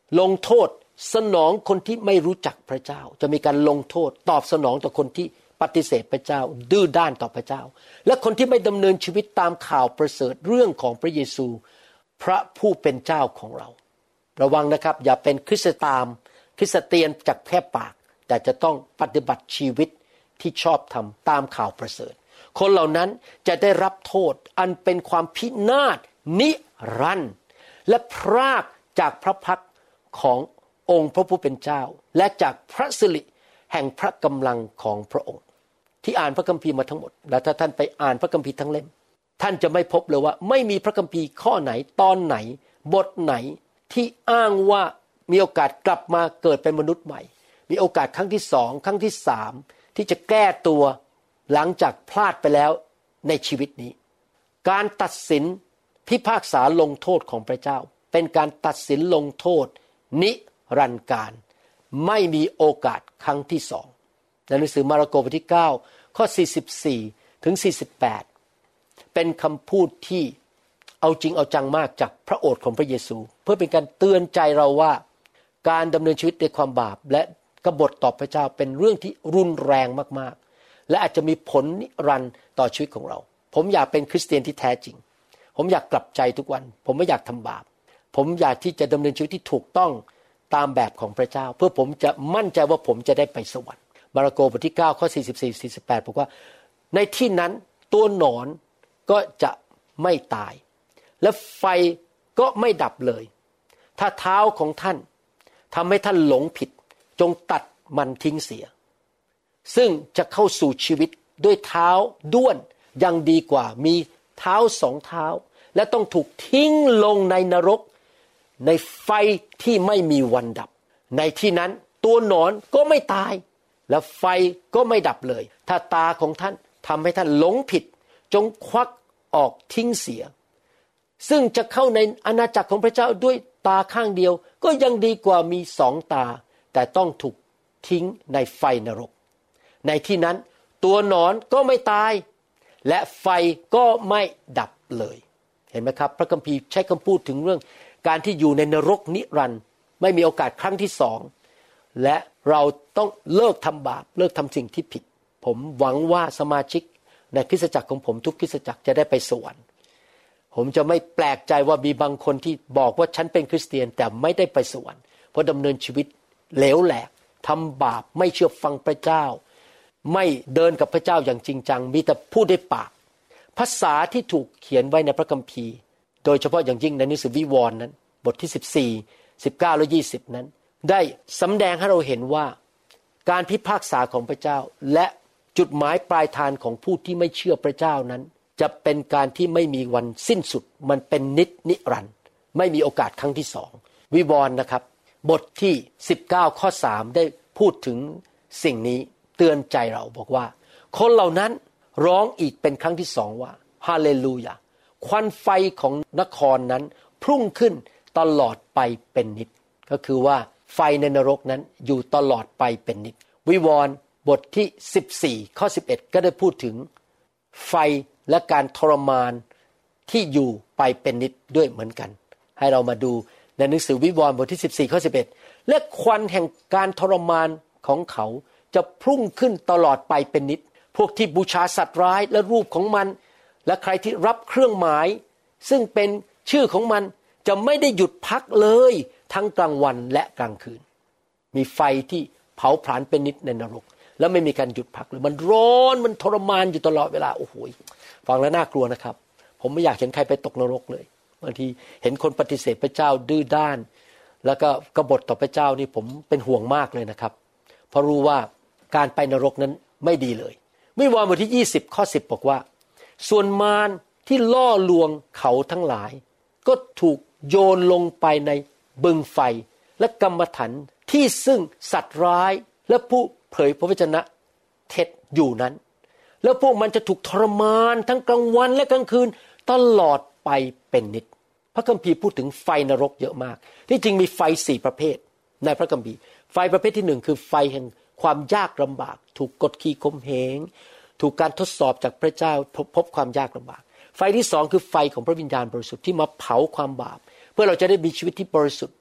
ลงโทษสนองคนที่ไม่รู้จักพระเจ้าจะมีการลงโทษตอบสนองต่อคนที่ปฏิเสธพระเจ้าดื้อด้านต่อพระเจ้าและคนที่ไม่ดำเนินชีวิตตามข่าวประเสริฐเรื่องของพระเยซูพระผู้เป็นเจ้าของเราระวังนะครับอย่าเป็นคริสเตียนจากแค่ปากแต่จะต้องปฏิบัติชีวิตที่ชอบธรรมตามข่าวประเสริฐคนเหล่านั้นจะได้รับโทษอันเป็นความพินาศนิรันดร์และพรากจากพระพักขององค์พระผู้เป็นเจ้าและจากพระสิริแห่งพระกำลังของพระองค์ที่อ่านพระคัมภีร์มาทั้งหมดและถ้าท่านไปอ่านพระคัมภีร์ทั้งเล่มท่านจะไม่พบเลยว่าไม่มีพระคัมภีร์ข้อไหนตอนไหนบทไหนที่อ้างว่ามีโอกาสกลับมาเกิดเป็นมนุษย์ใหม่มีโอกาสครั้งที่2ครั้งที่3ที่จะแก้ตัวหลังจากพลาดไปแล้วในชีวิตนี้การตัดสินพิพากษาลงโทษของพระเจ้าเป็นการตัดสินลงโทษนิรันดร์การไม่มีโอกาสครั้งที่2ในหนังสือมาระโกบทที่9ข้อ44ถึง48เป็นคำพูดที่เอาจริงเอาจังมากจากพระโอษฐ์ของพระเยซูเพื่อเป็นการเตือนใจเราว่าการดำเนินชีวิตในความบาปและกบฏต่อพระเจ้าเป็นเรื่องที่รุนแรงมากๆและอาจจะมีผลนิรันดร์ต่อชีวิตของเราผมอยากเป็นคริสเตียนที่แท้จริงผมอยากกลับใจทุกวันผมไม่อยากทำบาปผมอยากที่จะดำเนินชีวิตที่ถูกต้องตามแบบของพระเจ้าเพื่อผมจะมั่นใจว่าผมจะได้ไปสวรรค์มาระโกบทที่9ข้อ44-48บอกว่าในที่นั้นตัวหนอนก็จะไม่ตายและไฟก็ไม่ดับเลยถ้าเท้าของท่านทำให้ท่านหลงผิดจงตัดมันทิ้งเสียซึ่งจะเข้าสู่ชีวิตด้วยเท้าด้วนยังดีกว่ามีเท้า2เท้าและต้องถูกทิ้งลงในนรกในไฟที่ไม่มีวันดับในที่นั้นตัวหนอนก็ไม่ตายและไฟก็ไม่ดับเลยถ้าตาของท่านทำให้ท่านหลงผิดจงควักออกทิ้งเสียซึ่งจะเข้าในอาณาจักรของพระเจ้าด้วยตาข้างเดียวก็ยังดีกว่ามี2ตาแต่ต้องถูกทิ้งในไฟนรกในที่นั้นตัวหนอนก็ไม่ตายและไฟก็ไม่ดับเลยเห็นไหมครับพระคัมภีร์ใช้คำพูดถึงเรื่องการที่อยู่ในนรกนิรันดร์ไม่มีโอกาสครั้งที่2และเราต้องเลิกทำบาปเลิกทำสิ่งที่ผิดผมหวังว่าสมาชิกในคริสตจักรของผมทุกคริสตจักรจะได้ไปสวรรค์ผมจะไม่แปลกใจว่ามีบางคนที่บอกว่าฉันเป็นคริสเตียนแต่ไม่ได้ไปสวรรค์เพราะดำเนินชีวิตเหลวแหลกทำบาปไม่เชื่อฟังพระเจ้าไม่เดินกับพระเจ้าอย่างจริงจังมีแต่พูดด้วยปากภาษาที่ถูกเขียนไว้ในพระคัมภีร์โดยเฉพาะอย่างยิ่งในหนังสือวิวรณ์นั้นบทที่14 19และ20นั้นได้สำแดงให้เราเห็นว่าการพิพากษาของพระเจ้าและจุดหมายปลายทางของผู้ที่ไม่เชื่อพระเจ้านั้นจะเป็นการที่ไม่มีวันสิ้นสุดมันเป็นนิรันดร์ไม่มีโอกาสครั้งที่2วิวรณ์นะครับบทที่19ข้อ3ได้พูดถึงสิ่งนี้เตือนใจเราบอกว่าคนเหล่านั้นร้องอีกเป็นครั้งที่2ว่าฮาเลลูยาควันไฟของนครนั้นพุ่งขึ้นตลอดไปเป็นนิจก็คือว่าไฟในนรกนั้นอยู่ตลอดไปเป็นนิจวิวรณ์บทที่14ข้อ11ก็ได้พูดถึงไฟและการทรมานที่อยู่ไปเป็นนิจด้วยเหมือนกันให้เรามาดูในหนังสือวิวรณ์บทที่14ข้อ11และควันแห่งการทรมานของเขาจะพุ่งขึ้นตลอดไปเป็นนิจพวกที่บูชาสัตว์ร้ายและรูปของมันและใครที่รับเครื่องหมายซึ่งเป็นชื่อของมันจะไม่ได้หยุดพักเลยทั้งกลางวันและกลางคืนมีไฟที่เผาผลาญเป็นนิจในนรกแล้วไม่มีการหยุดพักเลยมันร้อนมันทรมานอยู่ตลอดเวลาโอ้โหฟังแล้วน่ากลัวนะครับผมไม่อยากเห็นใครไปตกนรกเลยบางทีเห็นคนปฏิเสธพระเจ้าดื้อด้านแล้วก็กบฏต่อพระเจ้านี่ผมเป็นห่วงมากเลยนะครับเพราะรู้ว่าการไปนรกนั้นไม่ดีเลยวิวรณ์บทที่20ข้อ10บอกว่าส่วนมารที่ล่อลวงเขาทั้งหลายก็ถูกโยนลงไปในบึงไฟและกรรมฐานที่ซึ่งสัตว์ร้ายและผู้เผยพระวจนะเท็จอยู่นั้นแล้วพวกมันจะถูกทรมานทั้งกลางวันและกลางคืนตลอดไปเป็นนิจพระคัมภีร์พูดถึงไฟนรกเยอะมากที่จริงมีไฟ4ประเภทในพระคัมภีร์ไฟประเภทที่1คือไฟแห่งความยากลำบากถูกกดขี่ข่มเหงถูกการทดสอบจากพระเจ้าพบความยากลำบากไฟที่2คือไฟของพระวิญญาณบริสุทธิ์ที่มาเผาความบาปเพื่อเราจะได้มีชีวิตที่บริสุทธิ์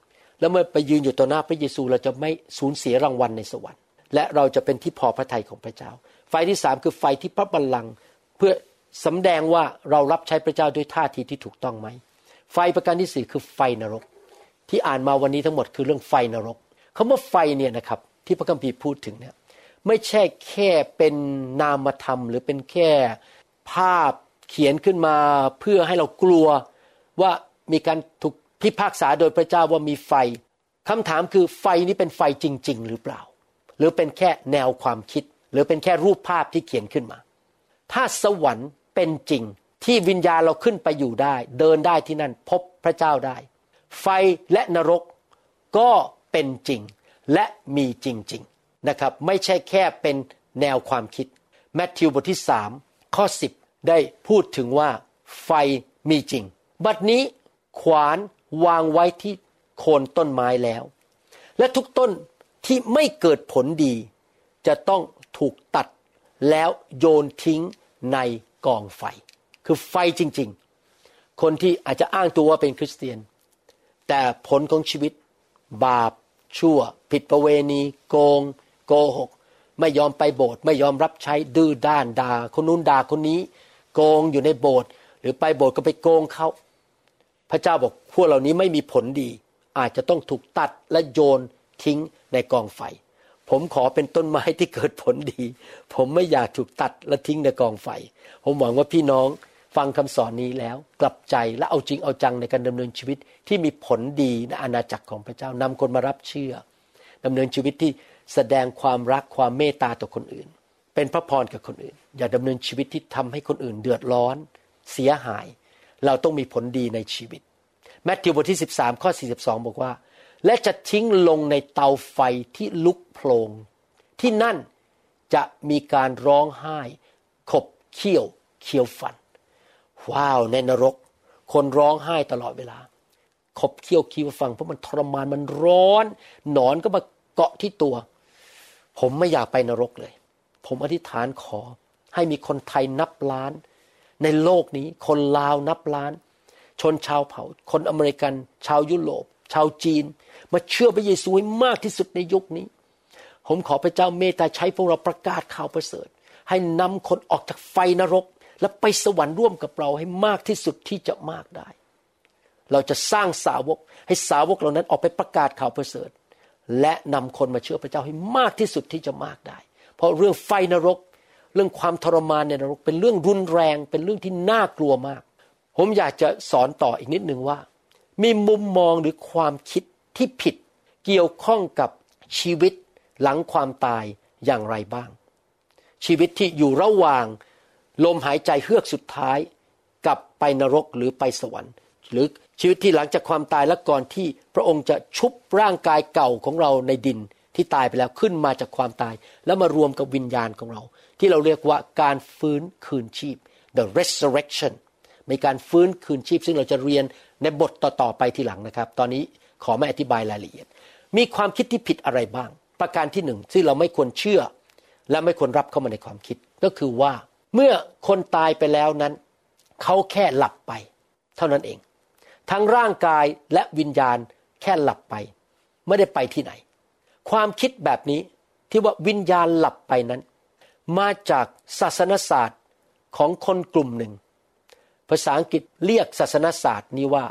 แล้วเมื่อไปยืนอยู่ต่อหน้าพระเยซูเราจะไม่สูญเสียรางวัลในสวรรค์และเราจะเป็นที่พอพระทัยของพระเจ้าไฟที่3คือไฟที่พระบัลลังก์เพื่อสำแดงว่าเรารับใช้พระเจ้าด้วยท่าทีที่ถูกต้องไหมไฟประการที่4คือไฟนรกที่อ่านมาวันนี้ทั้งหมดคือเรื่องไฟนรกคำว่าไฟเนี่ยนะครับที่พระคัมภีร์พูดถึงเนี่ยไม่ใช่แค่เป็นนามธรรมหรือเป็นแค่ภาพเขียนขึ้นมาเพื่อให้เรากลัวว่ามีการถูกพิพากษาโดยพระเจ้าว่ามีไฟคำถามคือไฟนี้เป็นไฟจริงๆหรือเปล่าหรือเป็นแค่แนวความคิดหรือเป็นแค่รูปภาพที่เขียนขึ้นมาถ้าสวรรค์เป็นจริงที่วิญญาณเราขึ้นไปอยู่ได้เดินได้ที่นั่นพบพระเจ้าได้ไฟและนรกก็เป็นจริงและมีจริงๆนะครับไม่ใช่แค่เป็นแนวความคิดมัทธิวบทที่3ข้อ10ได้พูดถึงว่าไฟมีจริงบัดนี้ขวานวางไว้ที่โคนต้นไม้แล้วและทุกต้นที่ไม่เกิดผลดีจะต้องถูกตัดแล้วโยนทิ้งในกองไฟคือไฟจริงๆคนที่อาจจะอ้างตัวว่าเป็นคริสเตียนแต่ผลของชีวิตบาปชั่วผิดประเวณีโกหกไม่ยอมไปโบสถ์ไม่ยอมรับใช้ดื้อด้านด่าคนนู้นด่าคนนี้โกงอยู่ในโบสถ์หรือไปโบสถ์ก็ไปโกงเขาพระเจ้าบอกพวกเหล่านี้ไม่มีผลดีอาจจะต้องถูกตัดและโยนทิ้งในกองไฟผมขอเป็นต้นไม้ที่เกิดผลดีผมไม่อยากถูกตัดและทิ้งในกองไฟผมหวังว่าพี่น้องฟังคำสอนนี้แล้วกลับใจและเอาจริงเอาจังในการดำเนินชีวิตที่มีผลดีในอาณาจักรของพระเจ้านำคนมารับเชื่อดำเนินชีวิตที่แสดงความรักความเมตตาต่อคนอื่นเป็นพระพรกับคนอื่นอย่าดำเนินชีวิตที่ทำให้คนอื่นเดือดร้อนเสียหายเราต้องมีผลดีในชีวิตมัทธิวบทที่13ข้อ42บอกว่าและจะทิ้งลงในเตาไฟที่ลุกโผลงที่นั่นจะมีการร้องไห้ขบเคี้ยวฟันว้าวในนรกคนร้องไห้ตลอดเวลาขบเคี้ยวฟันเพราะมันทรมานมันร้อนหนอนก็มาเกาะที่ตัวผมไม่อยากไปนรกเลยผมอธิษฐานขอให้มีคนไทยนับล้านในโลกนี้คนลาวนับล้านชนชาวเผ่าคนอเมริกันชาวยุโรปชาวจีนมาเชื่อพระเยซูให้มากที่สุดในยุคนี้ผมขอพระเจ้าเมตตาใช้พวกเราประกาศข่าวประเสริฐให้นำคนออกจากไฟนรกและไปสวรรค์ร่วมกับเราให้มากที่สุดที่จะมากได้เราจะสร้างสาวกให้สาวกเหล่านั้นออกไปประกาศข่าวประเสริฐและนำคนมาเชื่อพระเจ้าให้มากที่สุดที่จะมากได้เพราะเรื่องไฟนรกเรื่องความทรมานในนรกเป็นเรื่องรุนแรงเป็นเรื่องที่น่ากลัวมากผมอยากจะสอนต่ออีกนิดนึงว่ามีมุมมองหรือความคิดที่ผิดเกี่ยวข้องกับชีวิตหลังความตายอย่างไรบ้างชีวิตที่อยู่ระหว่างลมหายใจเฮือกสุดท้ายกับไปนรกหรือไปสวรรค์หรือชีวิตที่หลังจากความตายและก่อนที่พระองค์จะชุบร่างกายเก่าของเราในดินที่ตายไปแล้วขึ้นมาจากความตายแล้วมารวมกับวิญญาณของเราที่เราเรียกว่าการฟื้นคืนชีพ the resurrection มีการฟื้นคืนชีพซึ่งเราจะเรียนในบทต่อๆไปทีหลังนะครับตอนนี้ขอไม่อธิบายรายละเอียดมีความคิดที่ผิดอะไรบ้างประการที่1ที่เราไม่ควรเชื่อและไม่ควรรับเข้ามาในความคิดก็คือว่าเมื่อคนตายไปแล้วนั้นเขาแค่หลับไปเท่านั้นเองทั้งร่างกายและวิญญาณแค่หลับไปไม่ได้ไปที่ไหนความคิดแบบนี้ที่ว่าวิญญาณหลับไปนั้นมาจากศาสนศาสตร์ของคนกลุ่มหนึ่งภาษาอังกฤษเรียกศาสนศาสตร์นี้ว่า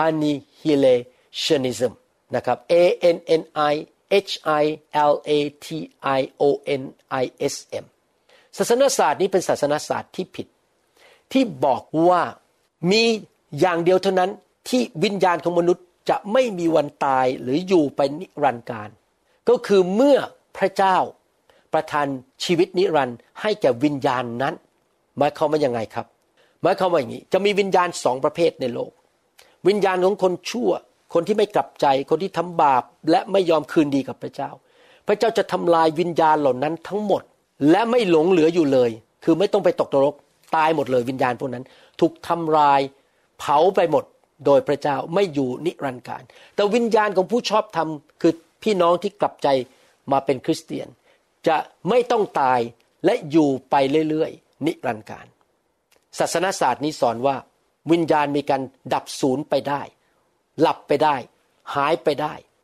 Annihilationism นะครับ Annihilationism ศาสนศาสตร์นี้เป็นศาสนศาสตร์ที่ผิดที่บอกว่ามีอย่างเดียวเท่านั้นที่วิญญาณของมนุษย์จะไม่มีวันตายหรืออยู่ไปนิรันดร์กาลก็คือเมื่อพระเจ้าประทานชีวิตนิรันดร์ให้แก่วิญญาณนั้นหมายความว่ายังไงครับหมายความว่าอย่างนี้จะมีวิญญาณ2ประเภทในโลกวิญญาณของคนชั่วคนที่ไม่กลับใจคนที่ทำบาปและไม่ยอมคืนดีกับพระเจ้าพระเจ้าจะทำลายวิญญาณเหล่านั้นทั้งหมดและไม่หลงเหลืออยู่เลยคือไม่ต้องไปตกนรกตายหมดเลยวิญญาณพวกนั้นถูกทำลายเผาไปหมดโดยพระเจ้าไม่อยู่นิรันดร์กาลแต่วิญญาณของผู้ชอบธรรมคือพี่น้องที่กลับใจมาเป็นคริสเตียนจะไม่ต้องตายและอยู่ไปเรื่อยๆนิรันดร์กาลศาสนศาสตร์นี้สอนว่าวิญญาณมีการดับสูญไปได้หลับไปได้หายไปได้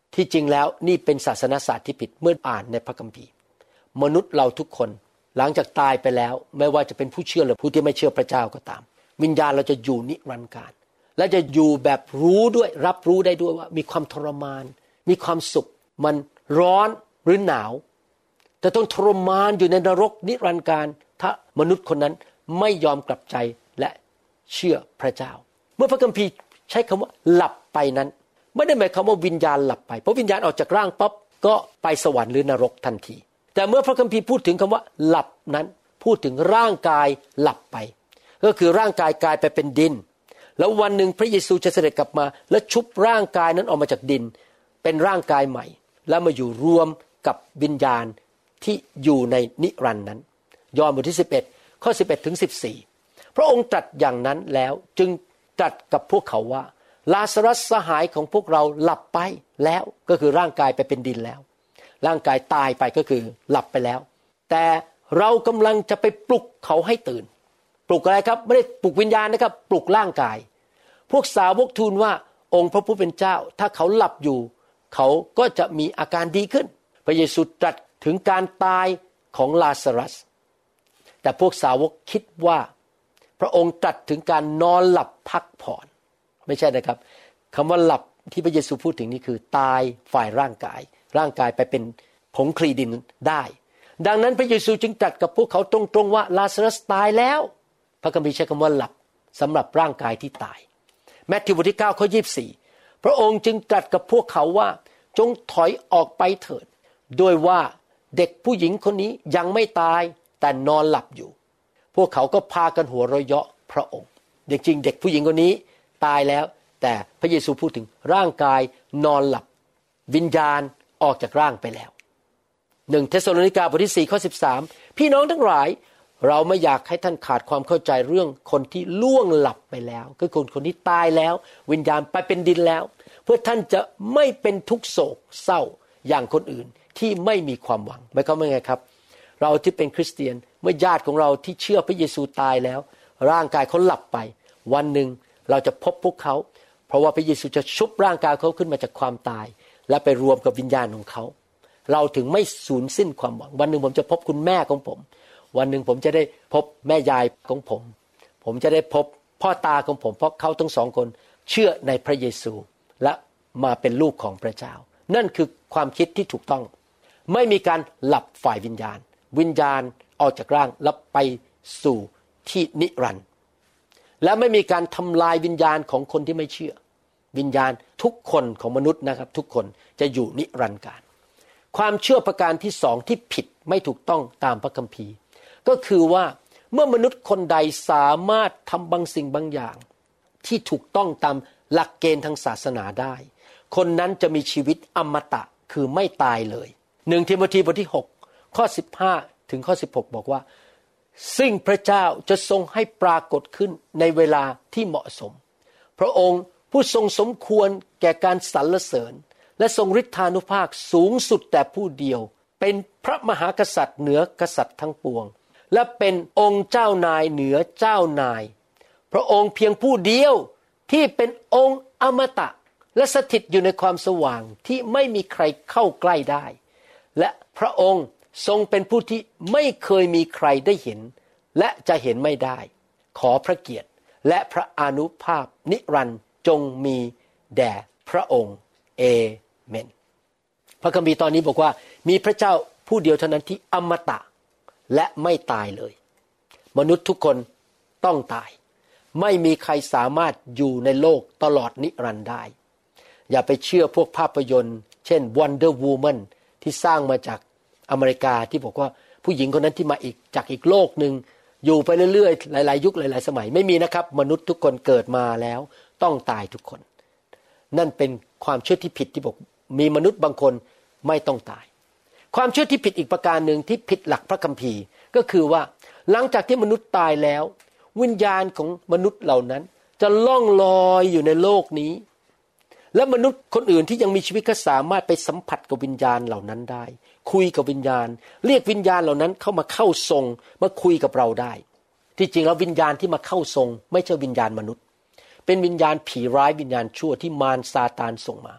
ที่จริงแล้วนี่เป็นศาสนศาสตร์ที่ผิดเมื่ออ่านในพระคัมภีร์มนุษย์เราทุกคนหลังจากตายไปแล้วไม่ว่าจะเป็นผู้เชื่อหรือผู้ที่ไม่เชื่อพระเจ้าก็ตามวิญญาณเราจะอยู่นิรันดร์กาลและจะอยู่แบบรู้ด้วยรับรู้ได้ด้วยว่ามีความทรมานมีความสุขมันร้อนหรือหนาวจะต้องทรมานอยู่ในนรกนิรันดร์กาลถ้ามนุษย์คนนั้นไม่ยอมกลับใจและเชื่อพระเจ้าเมื่อพระคัมภีร์ใช้คำว่าหลับไปนั้นไม่ได้หมายความว่าวิญญาณหลับไปเพราะวิญญาณออกจากร่างปั๊บก็ไปสวรรค์หรือนรกทันทีแต่เมื่อพระคัมภีร์พูดถึงคำว่าหลับนั้นพูดถึงร่างกายหลับไปก็คือร่างกายกลายไปเป็นดินแล้ววันหนึ่งพระเยซูจะเสด็จกลับมาและชุบร่างกายนั้นออกมาจากดินเป็นร่างกายใหม่แล้วมาอยู่รวมกับวิญญาณที่อยู่ในนิรันดร์นั้นยอห์นบทที่11ข้อ11ถึง14พระองค์ตรัสอย่างนั้นแล้วจึงตรัสกับพวกเขาว่าลาซารัสสหายของพวกเราหลับไปแล้วก็คือร่างกายไปเป็นดินแล้วร่างกายตายไปก็คือหลับไปแล้วแต่เรากำลังจะไปปลุกเขาให้ตื่นปลุกอะไรครับไม่ได้ปลุกวิญญาณนะครับปลุกร่างกายพวกสาวกทูลว่าองค์พระผู้เป็นเจ้าถ้าเขาหลับอยู่เขาก็จะมีอาการดีขึ้นพระเยซูตรัสถึงการตายของลาซารัสแต่พวกสาวกคิดว่าพระองค์ตรัสถึงการนอนหลับพักผ่อนไม่ใช่นะครับคำว่าหลับที่พระเยซูพูดถึงนี่คือตายฝ่ายร่างกายร่างกายไปเป็นผงคลีดินได้ดังนั้นพระเยซูจึงตรัสกับพวกเขาตรงๆว่าลาซารัสตายแล้วพระคัมภีร์ใช้คำว่าหลับสำหรับร่างกายที่ตายมัทธิวบทที่9ข้อ24พระองค์จึงตรัสกับพวกเขาว่าจงถอยออกไปเถิดโดยว่าเด็กผู้หญิงคนนี้ยังไม่ตายแต่นอนหลับอยู่พวกเขาก็พากันหัวเราะเยาะพระองค์จริงๆเด็กผู้หญิงคนนี้ตายแล้วแต่พระเยซูพูดถึงร่างกายนอนหลับวิญญาณออกจากร่างไปแล้ว1เธสสาโลนิกาบทที่4ข้อ13พี่น้องทั้งหลายเราไม่อยากให้ท่านขาดความเข้าใจเรื่องคนที่ล่วงหลับไปแล้วคือคนที่ตายแล้ววิญญาณไปเป็นดินแล้วเพื่อท่านจะไม่เป็นทุกโศกเศร้าอย่างคนอื่นที่ไม่มีความหวังหมายความว่าไงครับเราที่เป็นคริสเตียนเมื่อญาติของเราที่เชื่อพระเยซูตายแล้วร่างกายเขาหลับไปวันหนึ่งเราจะพบพวกเขาเพราะว่าพระเยซูจะชุบร่างกายเขาขึ้นมาจากความตายและไปรวมกับวิญญาณของเขาเราถึงไม่สูญสิ้นความหวังวันหนึ่งผมจะพบคุณแม่ของผมวันหนึ่งผมจะได้พบแม่ยายของผมจะได้พบพ่อตาของผมเพราะเขาทั้งสองคนเชื่อในพระเยซูและมาเป็นลูกของพระเจ้านั่นคือความคิดที่ถูกต้องไม่มีการหลับฝ่ายวิญญาณวิญญาณออกจากร่างแล้วไปสู่ที่นิรันดร์และไม่มีการทำลายวิญญาณของคนที่ไม่เชื่อวิญญาณทุกคนของมนุษย์นะครับทุกคนจะอยู่นิรันดร์กาลความเชื่อประการที่สองที่ผิดไม่ถูกต้องตามพระคัมภีร์ก็คือว่าเมื่อมนุษย์คนใดสามารถทำบางสิ่งบางอย่างที่ถูกต้องตามหลักเกณฑ์ทางศาสนาได้คนนั้นจะมีชีวิตอมตะคือไม่ตายเลย1ทิโมธีบทที่6ข้อ15ถึงข้อ16บอกว่าซึ่งพระเจ้าจะทรงให้ปรากฏขึ้นในเวลาที่เหมาะสมพระองค์ผู้ทรงสมควรแก่การสรรเสริญและทรงฤทธานุภาคสูงสุดแต่ผู้เดียวเป็นพระมหากษัตริย์เหนือกษัตริย์ทั้งปวงและเป็นองค์เจ้านายเหนือเจ้านายพระองค์เพียงผู้เดียวที่เป็นองค์อมตะและสถิตอยู่ในความสว่างที่ไม่มีใครเข้าใกล้ได้และพระองค์ทรงเป็นผู้ที่ไม่เคยมีใครได้เห็นและจะเห็นไม่ได้ขอพระเกียรติและพระอานุภาพนิรันดร์จงมีแด่พระองค์เอเมนพระคัมภีร์ตอนนี้บอกว่ามีพระเจ้าผู้เดียวเท่านั้นที่อมตะและไม่ตายเลยมนุษย์ทุกคนต้องตายไม่มีใครสามารถอยู่ในโลกตลอดนิรันดร์ได้อย่าไปเชื่อพวกภาพยนตร์เช่น Wonder Woman ที่สร้างมาจากอเมริกาที่บอกว่าผู้หญิงคนนั้นที่มาจากอีกโลกนึงอยู่ไปเรื่อยๆหลายๆยุคหลายๆสมัยไม่มีนะครับมนุษย์ทุกคนเกิดมาแล้วต้องตายทุกคนนั่นเป็นความเชื่อที่ผิดที่บอกมีมนุษย์บางคนไม่ต้องตายความเชื่อที่ผิดอีกประการหนึ่งที่ผิดหลักพระคัมภีร์ก็คือว่าหลังจากที่มนุษย์ตายแล้ววิญญาณของมนุษย์เหล่านั้นจะล่องลอยอยู่ในโลกนี้และมนุษย์คนอื่นที่ยังมีชีวิตก็สามารถไปสัมผัสกับวิญญาณเหล่านั้นได้คุยกับวิญญาณเรียกวิญญาณเหล่านั้นเข้ามาเข้าทรงมาคุยกับเราได้ที่จริงแล้ววิญญาณที่มาเข้าทรงไม่ใช่วิญญาณมนุษย์เป็นวิญญาณผีร้ายวิญญาณชั่วที่มารซาตานส่งมา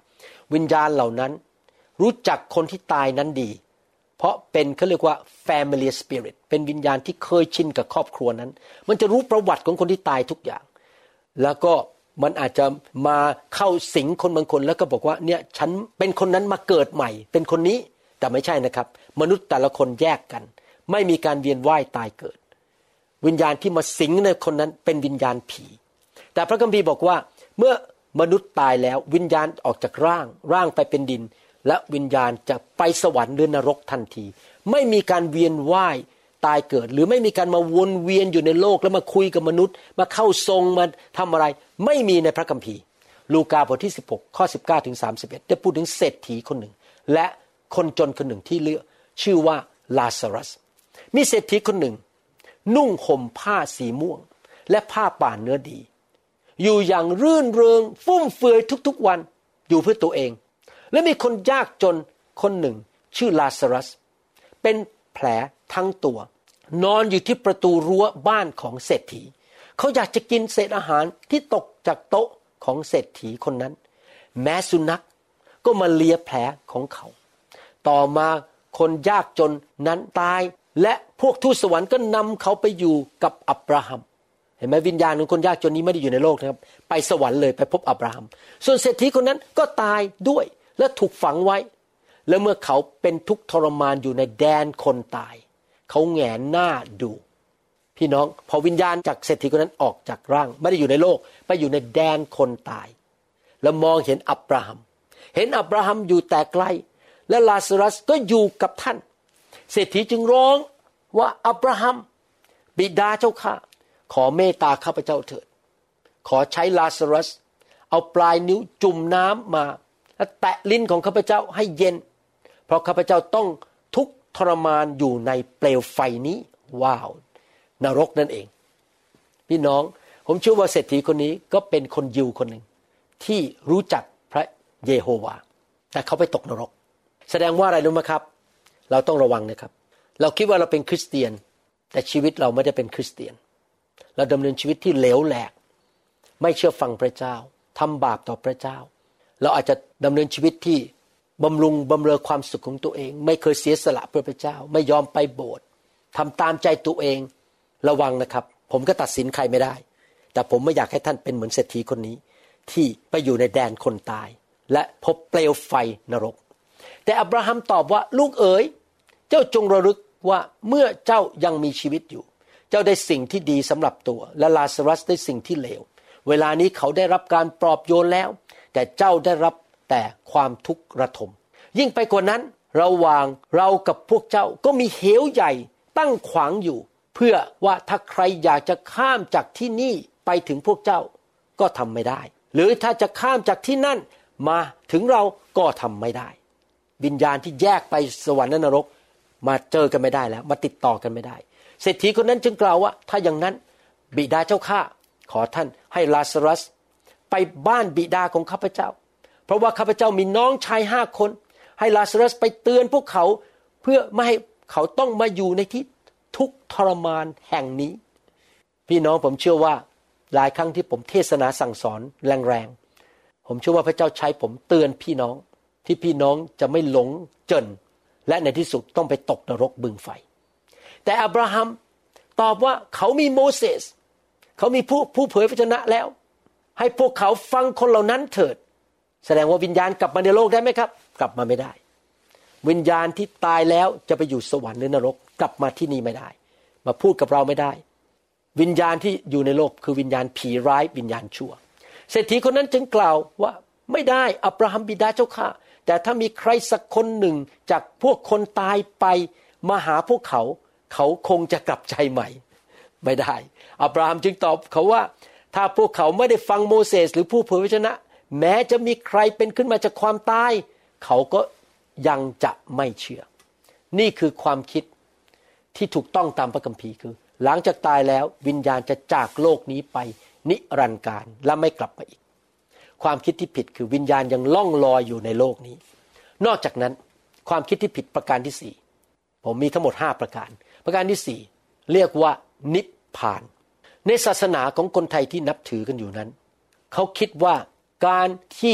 วิญญาณเหล่านั้นรู้จักคนที่ตายนั้นดีเพราะเป็นเขาเรียกว่า family spirit เป็นวิญญาณที่เคยชินกับครอบครัวนั้นมันจะรู้ประวัติของคนที่ตายทุกอย่างแล้วก็มันอาจจะมาเข้าสิงคนบางคนแล้วก็บอกว่าเนี่ยฉันเป็นคนนั้นมาเกิดใหม่เป็นคนนี้แต่ไม่ใช่นะครับมนุษย์แต่ละคนแยกกันไม่มีการเวียนว่ายตายเกิดวิญญาณที่มาสิงในคนนั้นเป็นวิญญาณผีแต่พระคัมภีร์บอกว่าเมื่อมนุษย์ตายแล้ววิญญาณออกจากร่างไปเป็นดินและวิญญาณจะไปสวรรค์หรือนรกทันทีไม่มีการเวียนว่ายตายเกิดหรือไม่มีการมาวนเวียนอยู่ในโลกแล้วมาคุยกับมนุษย์มาเข้าทรงมาทำอะไรไม่มีในพระคัมภีร์ลูกาบทที่16ข้อ19ถึง31ได้พูดถึงเศรษฐีคนหนึ่งและคนจนคนหนึ่งที่เลือกชื่อว่าลาซารัสมีเศรษฐีคนหนึ่งนุ่งห่มผ้าสีม่วงและผ้าป่านเนื้อดีอยู่อย่างรื่นเริงฟุ่มเฟือยทุกๆวันอยู่เพื่อตัวเองและมีคนยากจนคนหนึ่งชื่อลาซารัสเป็นแผลทั้งตัวนอนอยู่ที่ประตูรั้วบ้านของเศรษฐีเขาอยากจะกินเศษอาหารที่ตกจากโต๊ะของเศรษฐีคนนั้นแม้สุนัขก็มาเลียแผลของเขาต่อมาคนยากจนนั้นตายและพวกทูตสวรรค์ก็นำเขาไปอยู่กับอับราฮัมเห็นไหมวิญญาณของคนยากจนนี้ไม่ได้อยู่ในโลกนะครับไปสวรรค์เลยไปพบอับราฮัมส่วนเศรษฐีคนนั้นก็ตายด้วยและถูกฝังไว้แล้วเมื่อเขาเป็นทุกข์ทรมานอยู่ในแดนคนตายเขาแหงนหน้าดูพี่น้องพอวิญญาณจากเศรษฐีคนนั้นออกจากร่างไม่ได้อยู่ในโลกไปอยู่ในแดนคนตายแล้วมองเห็นอับราฮัมอยู่แต่ไกลและลาซารัสก็อยู่กับท่านเศรษฐีจึงร้องว่าอับราฮัมบิดาเจ้าข้าขอเมตตาข้าพเจ้าเถิดขอใช้ลาซารัสเอาปลายนิ้วจุ่มน้ำมาและแตะลิ้นของข้าพเจ้าให้เย็นเพราะข้าพเจ้าต้องทุกข์ทรมานอยู่ในเปลวไฟนี้ว้าวนรกนั่นเองพี่น้องผมเชื่อว่าเศรษฐีคนนี้ก็เป็นคนยิวคนหนึ่งที่รู้จักพระเยโฮวาห์แต่เขาไปตกนรกแสดงว่าอะไรรู้ไหมครับเราต้องระวังนะครับเราคิดว่าเราเป็นคริสเตียนแต่ชีวิตเราไม่ได้เป็นคริสเตียนเราดำเนินชีวิตที่เหลวแหลกไม่เชื่อฟังพระเจ้าทำบาปต่อพระเจ้าเราอาจจะดำเนินชีวิตที่บำรุงบำเรอความสุขของตัวเองไม่เคยเสียสละเพื่อพระเจ้าไม่ยอมไปโบสถ์ทำตามใจตัวเองระวังนะครับผมก็ตัดสินใครไม่ได้แต่ผมไม่อยากให้ท่านเป็นเหมือนเศรษฐีคนนี้ที่ไปอยู่ในแดนคนตายและพบเปลวไฟนรกแต่อับราฮัมตอบว่าลูกเอ๋ยเจ้าจงระลึกว่าเมื่อเจ้ายังมีชีวิตอยู่เจ้าได้สิ่งที่ดีสำหรับตัวและลาซารัสได้สิ่งที่เลวเวลานี้เขาได้รับการปลอบโยนแล้วแต่เจ้าได้รับแต่ความทุกข์ระทมยิ่งไปกว่านั้นระหว่างเรากับพวกเจ้าก็มีเหวใหญ่ตั้งขวางอยู่เพื่อว่าถ้าใครอยากจะข้ามจากที่นี่ไปถึงพวกเจ้าก็ทำไม่ได้หรือถ้าจะข้ามจากที่นั่นมาถึงเราก็ทำไม่ได้วิญญาณที่แยกไปสวรรค์และนรกมาเจอกันไม่ได้แล้วมาติดต่อกันไม่ได้เศรษฐีคนนั้นจึงกล่าวว่าถ้าอย่างนั้นบิดาเจ้าข้าขอท่านให้ลาซารัสไปบ้านบิดาของข้าพเจ้าเพราะว่าข้าพเจ้ามีน้องชาย5 คนให้ลาซารัสไปเตือนพวกเขาเพื่อไม่ให้เขาต้องมาอยู่ในที่ทุกข์ทรมานแห่งนี้พี่น้องผมเชื่อว่าหลายครั้งที่ผมเทศนาสั่งสอนแรงๆผมเชื่อว่าพระเจ้าใช้ผมเตือนพี่น้องที่พี่น้องจะไม่หลงเจินและในที่สุดต้องไปตกนรกบึงไฟแต่อับราฮัมตอบว่าเขามีโมเสสเขามีผู้เผยพระชนะแล้วให้พวกเขาฟังคนเหล่านั้นเถิดแสดงว่าวิญญาณกลับมาในโลกได้ไหมครับกลับมาไม่ได้วิญญาณที่ตายแล้วจะไปอยู่สวรรค์หรือนรกกลับมาที่นี่ไม่ได้มาพูดกับเราไม่ได้วิญญาณที่อยู่ในโลกคือวิญญาณผีร้ายวิญญาณชั่วเศรษฐีคนนั้นจึงกล่าวว่าไม่ได้อับราฮัมบิดาเจ้าข้าแต่ถ้ามีใครสักคนหนึ่งจากพวกคนตายไปมาหาพวกเขาเขาคงจะกลับใจใหม่ไม่ได้อับราฮัมจึงตอบเขาว่าถ้าพวกเขาไม่ได้ฟังโมเสสหรือผู้เผยพระชนะแม้จะมีใครเป็นขึ้นมาจากความตายเขาก็ยังจะไม่เชื่อนี่คือความคิดที่ถูกต้องตามพระคัมภีร์คือหลังจากตายแล้ววิญญาณจะจากโลกนี้ไปนิรันดร์กาลและไม่กลับมาอีกความคิดที่ผิดคือวิญญาณยังล่องลอยอยู่ในโลกนี้นอกจากนั้นความคิดที่ผิดประการที่4ผมมีทั้งหมด5ประการที่4เรียกว่านิพพานในศาสนาของคนไทยที่นับถือกันอยู่นั้นเขาคิดว่าการที่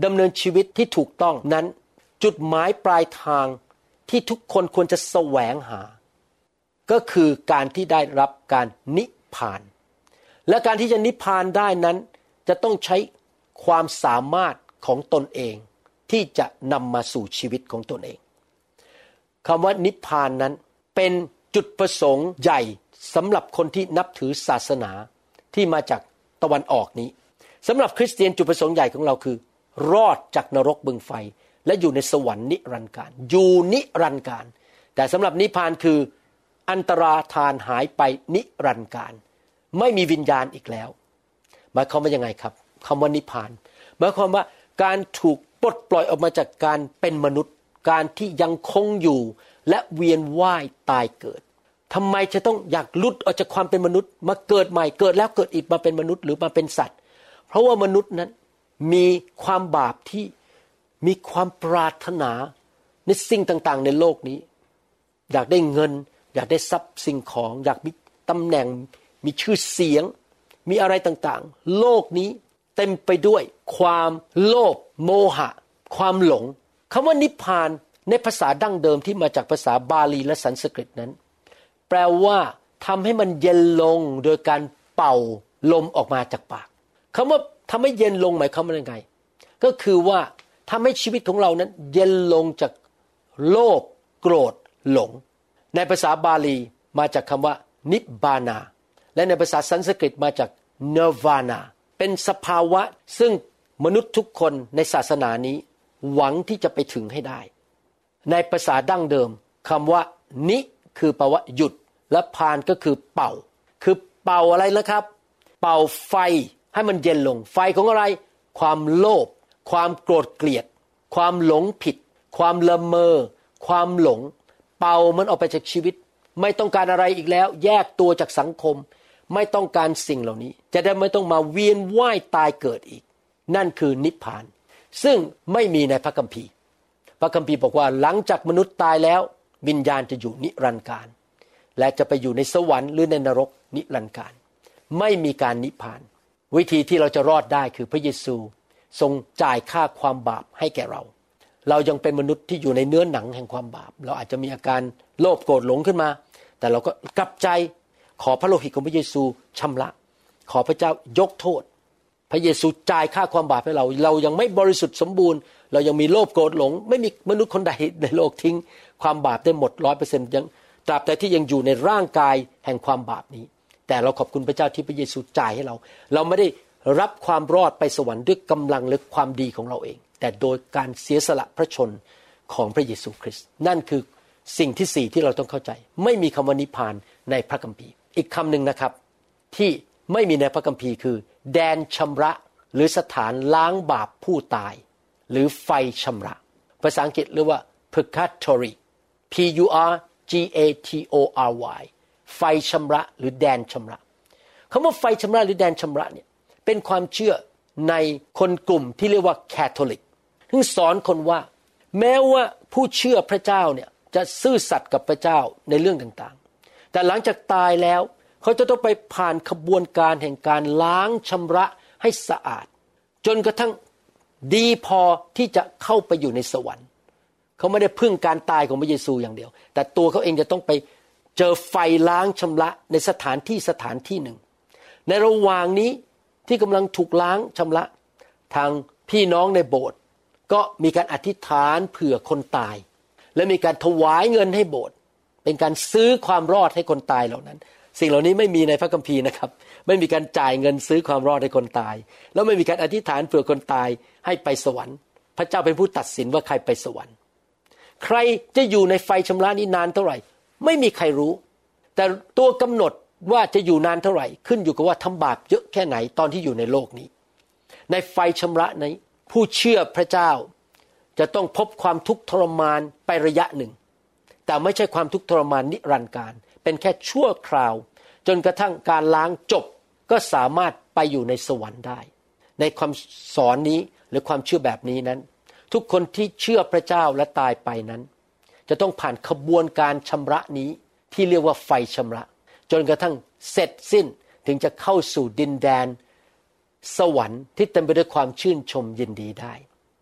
ดำเนินชีวิตที่ถูกต้องนั้นจุดหมายปลายทางที่ทุกคนควรจะแสวงหาก็คือการที่ได้รับการนิพพานและการที่จะนิพพานได้นั้นจะต้องใช้ความสามารถของตนเองที่จะนำมาสู่ชีวิตของตนเองคำว่านิพพานนั้นเป็นจุดประสงค์ใหญ่สำหรับคนที่นับถือศาสนาที่มาจากตะวันออกนี้สำหรับคริสเตียนจุดประสงค์ใหญ่ของเราคือรอดจากนรกบึงไฟและอยู่ในสวรรค์นิรันดร์การอยู่นิรันดร์การแต่สำหรับนิพพานคืออันตราธานหายไปนิรันดร์การไม่มีวิญญาณอีกแล้วหมายความว่ายังไงครับคำว่านิพพานหมายความว่าการถูกปลดปล่อยออกมาจากการเป็นมนุษย์การที่ยังคงอยู่และเวียนว่ายตายเกิดทำไมจะต้องอยากหลุดออกจากความเป็นมนุษย์มาเกิดใหม่เกิดแล้วเกิดอีกมาเป็นมนุษย์หรือมาเป็นสัตว์เพราะว่ามนุษย์นั้นมีความบาปที่มีความปรารถนาในสิ่งต่างๆในโลกนี้อยากได้เงินอยากได้ทรัพย์สิ่งของอยากมีตำแหน่งมีชื่อเสียงมีอะไรต่างๆโลกนี้เต็มไปด้วยความโลภโมหะความหลงคำว่านิพพานในภาษาดั้งเดิมที่มาจากภาษาบาลีและสันสกฤตนั้นแปลว่าทำให้มันเย็นลงโดยการเป่าลมออกมาจากปากคำว่าทำให้เย็นลงหมายความว่ายังไงก็คือว่าทำให้ชีวิตของเรานั้นเย็นลงจากโลภโกรธหลงในภาษาบาลีมาจากคำว่านิบบานาและในภาษาสันสกฤตมาจากเนวานาเป็นสภาวะซึ่งมนุษย์ทุกคนในศาสนานี้หวังที่จะไปถึงให้ได้ในภาษาดั้งเดิมคำว่านิคือแปลว่าหยุดและพานก็คือเป่าคือเป่าอะไรล่ะครับเป่าไฟให้มันเย็นลงไฟของอะไรความโลภความโกรธเกลียดความหลงผิดความละเมอความหลงเป่ามันออกไปจากชีวิตไม่ต้องการอะไรอีกแล้วแยกตัวจากสังคมไม่ต้องการสิ่งเหล่านี้จะได้ไม่ต้องมาเวียนว่ายตายเกิดอีกนั่นคือนิพพานซึ่งไม่มีในพระคัมภีร์พระคัมภีร์บอกว่าหลังจากมนุษย์ตายแล้ววิญญาณจะอยู่นิรันดร์การและจะไปอยู่ในสวรรค์หรือในนรกนิรันดร์การไม่มีการนิพพานวิธีที่เราจะรอดได้คือพระเยซูทรงจ่ายค่าความบาปให้แก่เราเรายังเป็นมนุษย์ที่อยู่ในเนื้อหนังแห่งความบาปเราอาจจะมีอาการโลภโกรธหลงขึ้นมาแต่เราก็กลับใจขอพระโลหิตของพระเยซูชำระขอพระเจ้ายกโทษพระเยซูจ่ายค่าความบาปให้เรายังไม่บริสุทธิ์สมบูรณ์เรายังมีโลภโกรธหลงไม่มีมนุษย์คนใดในโลกทิ้งความบาปได้หมด 100% ยังตราบใดที่ยังอยู่ในร่างกายแห่งความบาปนี้แต่เราขอบคุณพระเจ้าที่พระเยซูจ่ายให้เราไม่ได้รับความรอดไปสวรรค์ด้วยกำลังหรือความดีของเราเองแต่โดยการเสียสละพระชนของพระเยซูคริสต์นั่นคือสิ่งที่สี่ที่เราต้องเข้าใจไม่มีคำว่านิพพานในพระคัมภีร์อีกคำหนึ่งนะครับที่ไม่มีในพระคัมภีร์คือแดนชำระหรือสถานล้างบาปผู้ตายหรือไฟชำระภาษาอังกฤษเรียกว่า purgatory P U R G A T O R Y ไฟชำระหรือแดนชำระคำว่าไฟชำระหรือแดนชำระเนี่ยเป็นความเชื่อในคนกลุ่มที่เรียกว่าแคทอลิกซึ่งสอนคนว่าแม้ว่าผู้เชื่อพระเจ้าเนี่ยจะซื่อสัตย์กับพระเจ้าในเรื่องต่างๆแต่หลังจากตายแล้วเขาจะต้องไปผ่านขบวนการแห่งการล้างชำระให้สะอาดจนกระทั่งดีพอที่จะเข้าไปอยู่ในสวรรค์เขาไม่ได้พึ่งการตายของพระเยซูอย่างเดียวแต่ตัวเขาเองจะต้องไปเจอไฟล้างชำระในสถานที่หนึ่งในระหว่างนี้ที่กำลังถูกล้างชำระทางพี่น้องในโบสถ์ก็มีการอธิษฐานเผื่อคนตายและมีการถวายเงินให้โบสถ์เป็นการซื้อความรอดให้คนตายเหล่านั้นสิ่งเหล่านี้ไม่มีในพระคัมภีร์นะครับไม่มีการจ่ายเงินซื้อความรอดให้คนตายแล้วไม่มีการอธิษฐานเผื่อคนตายให้ไปสวรรค์พระเจ้าเป็นผู้ตัดสินว่าใครไปสวรรค์ใครจะอยู่ในไฟชำระนี้นานเท่าไหร่ไม่มีใครรู้แต่ตัวกำหนดว่าจะอยู่นานเท่าไหร่ขึ้นอยู่กับว่าทำบาปเยอะแค่ไหนตอนที่อยู่ในโลกนี้ในไฟชำระนี้ผู้เชื่อพระเจ้าจะต้องพบความทุกข์ทรมานไประยะหนึ่งแต่ไม่ใช่ความทุกข์ทรมานนิรันดร์การเป็นแค่ชั่วคราวจนกระทั่งการล้างจบก็สามารถไปอยู่ในสวรรค์ได้ในความสอนนี้หรือความเชื่อแบบนี้นั้นทุกคนที่เชื่อพระเจ้าและตายไปนั้นจะต้องผ่านขบวนการชำระนี้ที่เรียกว่าไฟชำระจนกระทั่งเสร็จสิ้นถึงจะเข้าสู่ดินแดนสวรรค์ที่เต็มไปด้วยความชื่นชมยินดีได้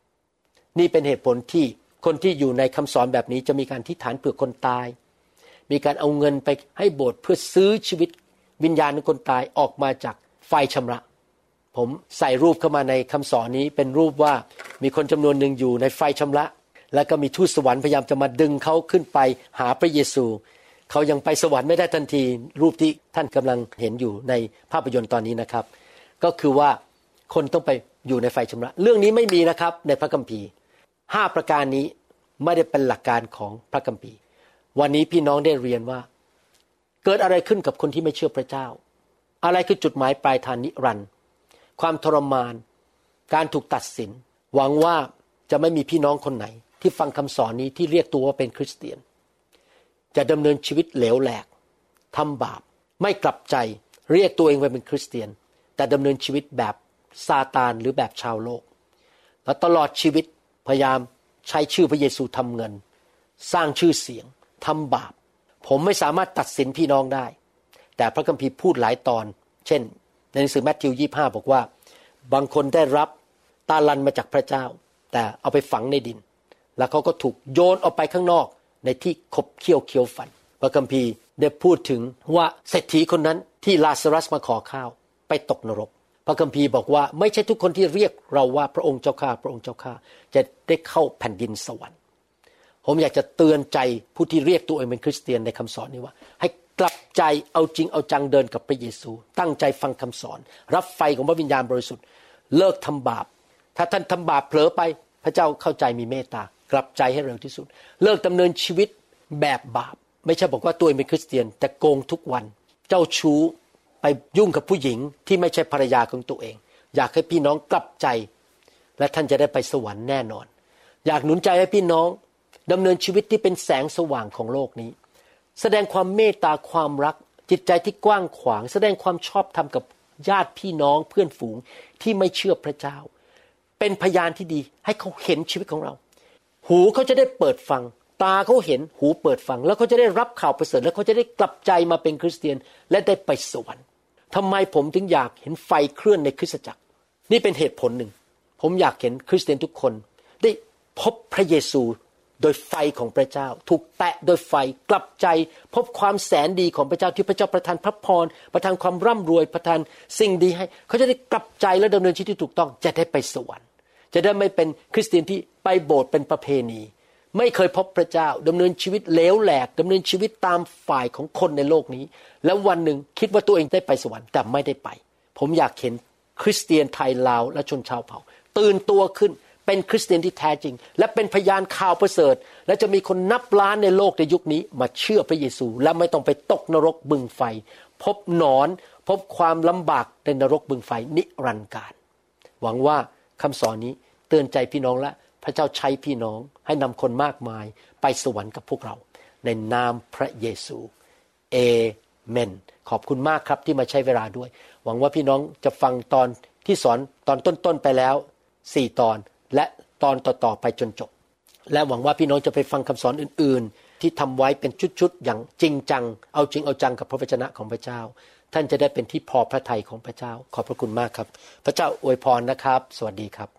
นี่เป็นเหตุผลที่คนที่อยู่ในคำสอนแบบนี้จะมีการอธิษฐานเผื่อคนตายมีการเอาเงินไปให้โบสถ์เพื่อซื้อชีวิตวิญญาณของคนตายออกมาจากไฟชำระผมใส่รูปเข้ามาในคำสอนนี้เป็นรูปว่ามีคนจำนวนหนึ่งอยู่ในไฟชำระแล้วก็มีทูตสวรรค์พยายามจะมาดึงเขาขึ้นไปหาพระเยซูเขายังไปสวรรค์ไม่ได้ทันทีรูปที่ท่านกำลังเห็นอยู่ในภาพยนตร์ตอนนี้นะครับก็คือว่าคนต้องไปอยู่ในไฟชำระเรื่องนี้ไม่มีนะครับในพระคัมภีร์5ประการนี้ไม่ได้เป็นหลักการของพระคัมภีร์วันนี้พี่น้องได้เรียนว่าเกิดอะไรขึ้นกับคนที่ไม่เชื่อพระเจ้าอะไรคือจุดหมายปลายทางนิรันดร์ความทรมานการถูกตัดสินหวังว่าจะไม่มีพี่น้องคนไหนที่ฟังคำสอนนี้ที่เรียกตัวว่าเป็นคริสเตียนจะดำเนินชีวิตเหลวแหลกทำบาปไม่กลับใจเรียกตัวเองว่าเป็นคริสเตียนแต่ดำเนินชีวิตแบบซาตานหรือแบบชาวโลกและตลอดชีวิตพยายามใช้ชื่อพระเยซูทำเงินสร้างชื่อเสียงทำบาปผมไม่สามารถตัดสินพี่น้องได้แต่พระคัมภีร์พูดหลายตอนเช่นในหนังสือมัทธิว 25บอกว่าบางคนได้รับตาลันมาจากพระเจ้าแต่เอาไปฝังในดินแล้วเขาก็ถูกโยนออกไปข้างนอกในที่ขบเคี้ยวฟันพระคัมภีร์ได้พูดถึงว่าเศรษฐีคนนั้นที่ลาซารัสมาขอข้าวไปตกนรกพระคัมภีร์บอกว่าไม่ใช่ทุกคนที่เรียกเราว่าพระองค์เจ้าข้าพระองค์เจ้าข้าจะได้เข้าแผ่นดินสวรรค์ผมอยากจะเตือนใจผู้ที่เรียกตัวเองเป็นคริสเตียนในคำสอนนี้ว่าให้กลับใจเอาจริงเอาจังเดินกับพระเยซูตั้งใจฟังคำสอนรับไฟของพระวิญญาณบริสุทธิ์เลิกทำบาปถ้าท่านทำบาปเผลอไปพระเจ้าเข้าใจมีเมตตากลับใจให้เร็วที่สุดเลิกดำเนินชีวิตแบบบาปไม่ใช่บอกว่าตัวเองเป็นคริสเตียนแต่โกงทุกวันเจ้าชู้ไปยุ่งกับผู้หญิงที่ไม่ใช่ภรรยาของตัวเองอยากให้พี่น้องกลับใจและท่านจะได้ไปสวรรค์แน่นอนอยากหนุนใจให้พี่น้องดำเนินชีวิตที่เป็นแสงสว่างของโลกนี้แสดงความเมตตาความรักจิตใจที่กว้างขวางแสดงความชอบธรรมกับญาติพี่น้องเพื่อนฝูงที่ไม่เชื่อพระเจ้าเป็นพยานที่ดีให้เขาเห็นชีวิตของเราหูเขาจะได้เปิดฟังตาเขาเห็นหูเปิดฟังแล้วเขาจะได้รับข่าวประเสริฐแล้วเขาจะได้กลับใจมาเป็นคริสเตียนและได้ไปสวรรค์ทำไมผมถึงอยากเห็นไฟเคลื่อนในคริสตจักรนี่เป็นเหตุผลหนึ่งผมอยากเห็นคริสเตียนทุกคนได้พบพระเยซูโดยไฟของพระเจ้าถูกแตะโดยไฟกลับใจพบความแสนดีของพระเจ้าที่พระเจ้าประทานพระพรประทานความร่ำรวยประทานสิ่งดีให้เขาจะได้กลับใจและดำเนินชีวิตที่ถูกต้องจะได้ไปสวรรค์จะได้ไม่เป็นคริสเตียนที่ไปโบสถ์เป็นประเพณีไม่เคยพบพระเจ้าดำเนินชีวิตเลวแหลกดำเนินชีวิตตามฝ่ายของคนในโลกนี้แล้ววันหนึ่งคิดว่าตัวเองได้ไปสวรรค์แต่ไม่ได้ไปผมอยากเห็นคริสเตียนไทยลาวและชนชาวเผ่าตื่นตัวขึ้นเป็นคริสเตียนที่แท้จริงและเป็นพยานข่าวประเสริฐและจะมีคนนับล้านในโลกในยุคนี้มาเชื่อพระเยซูและไม่ต้องไปตกนรกบึงไฟพบหนอนพบความลำบากในนรกบึงไฟนิรันดร์กาลหวังว่าคำสอนนี้เตือนใจพี่น้องและพระเจ้าใช้พี่น้องให้นำคนมากมายไปสวรรค์กับพวกเราในนามพระเยซูเอเมนขอบคุณมากครับที่มาใช้เวลาด้วยหวังว่าพี่น้องจะฟังตอนที่สอนตอนต้นๆไปแล้ว4ตอนและตอนต่อๆไปจนจบและหวังว่าพี่น้องจะไปฟังคำสอนอื่นๆที่ทำไว้เป็นชุดๆอย่างจริงจังเอาจริงเอาจังกับพระวจนะของพระเจ้าท่านจะได้เป็นที่พอพระทัยของพระเจ้าขอบพระคุณมากครับพระเจ้าอวยพรนะครับสวัสดีครับ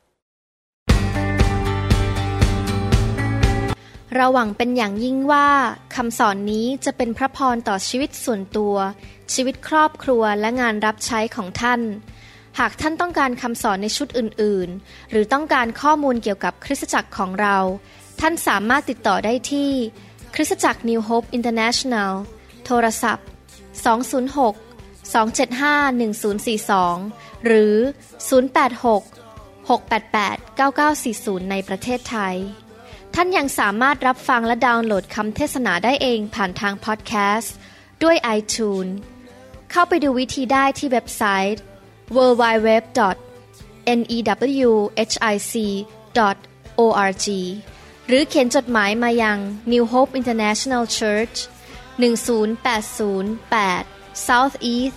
เราหวังเป็นอย่างยิ่งว่าคำสอนนี้จะเป็นพระพรต่อชีวิตส่วนตัวชีวิตครอบครัวและงานรับใช้ของท่านหากท่านต้องการคำสอนในชุดอื่นๆหรือต้องการข้อมูลเกี่ยวกับคริสตจักรของเราท่านสามารถติดต่อได้ที่คริสตจักร New Hope International โทรศัพท์206-275-1042หรือ086-688-9940ในประเทศไทยท่านยังสามารถรับฟังและดาวน์โหลดคำเทศนาได้เองผ่านทางพอดแคสต์ด้วย iTunes เข้าไปดูวิธีได้ที่เว็บไซต์ www.newhic.org หรือเขียนจดหมายมายัง New Hope International Church 10808 South East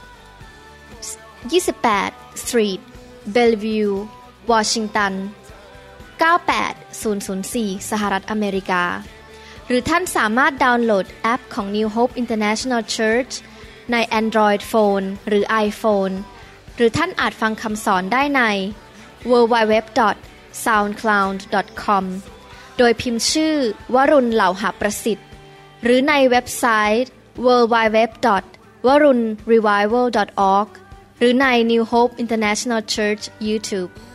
28 Street Bellevue Washington 98004 สหรัฐอเมริกาหรือท่านสามารถดาวน์โหลดแอปของ New Hope International Church ใน Android Phone หรือ iPhone หรือท่านอาจฟังคำสอนได้ใน www.newhope.org soundcloud.com โดยพิมพ์ชื่อวรุณเหล่าหประสิทธิ์หรือในเว็บไซต์ www.warunrevival.org หรือใน New Hope International Church YouTube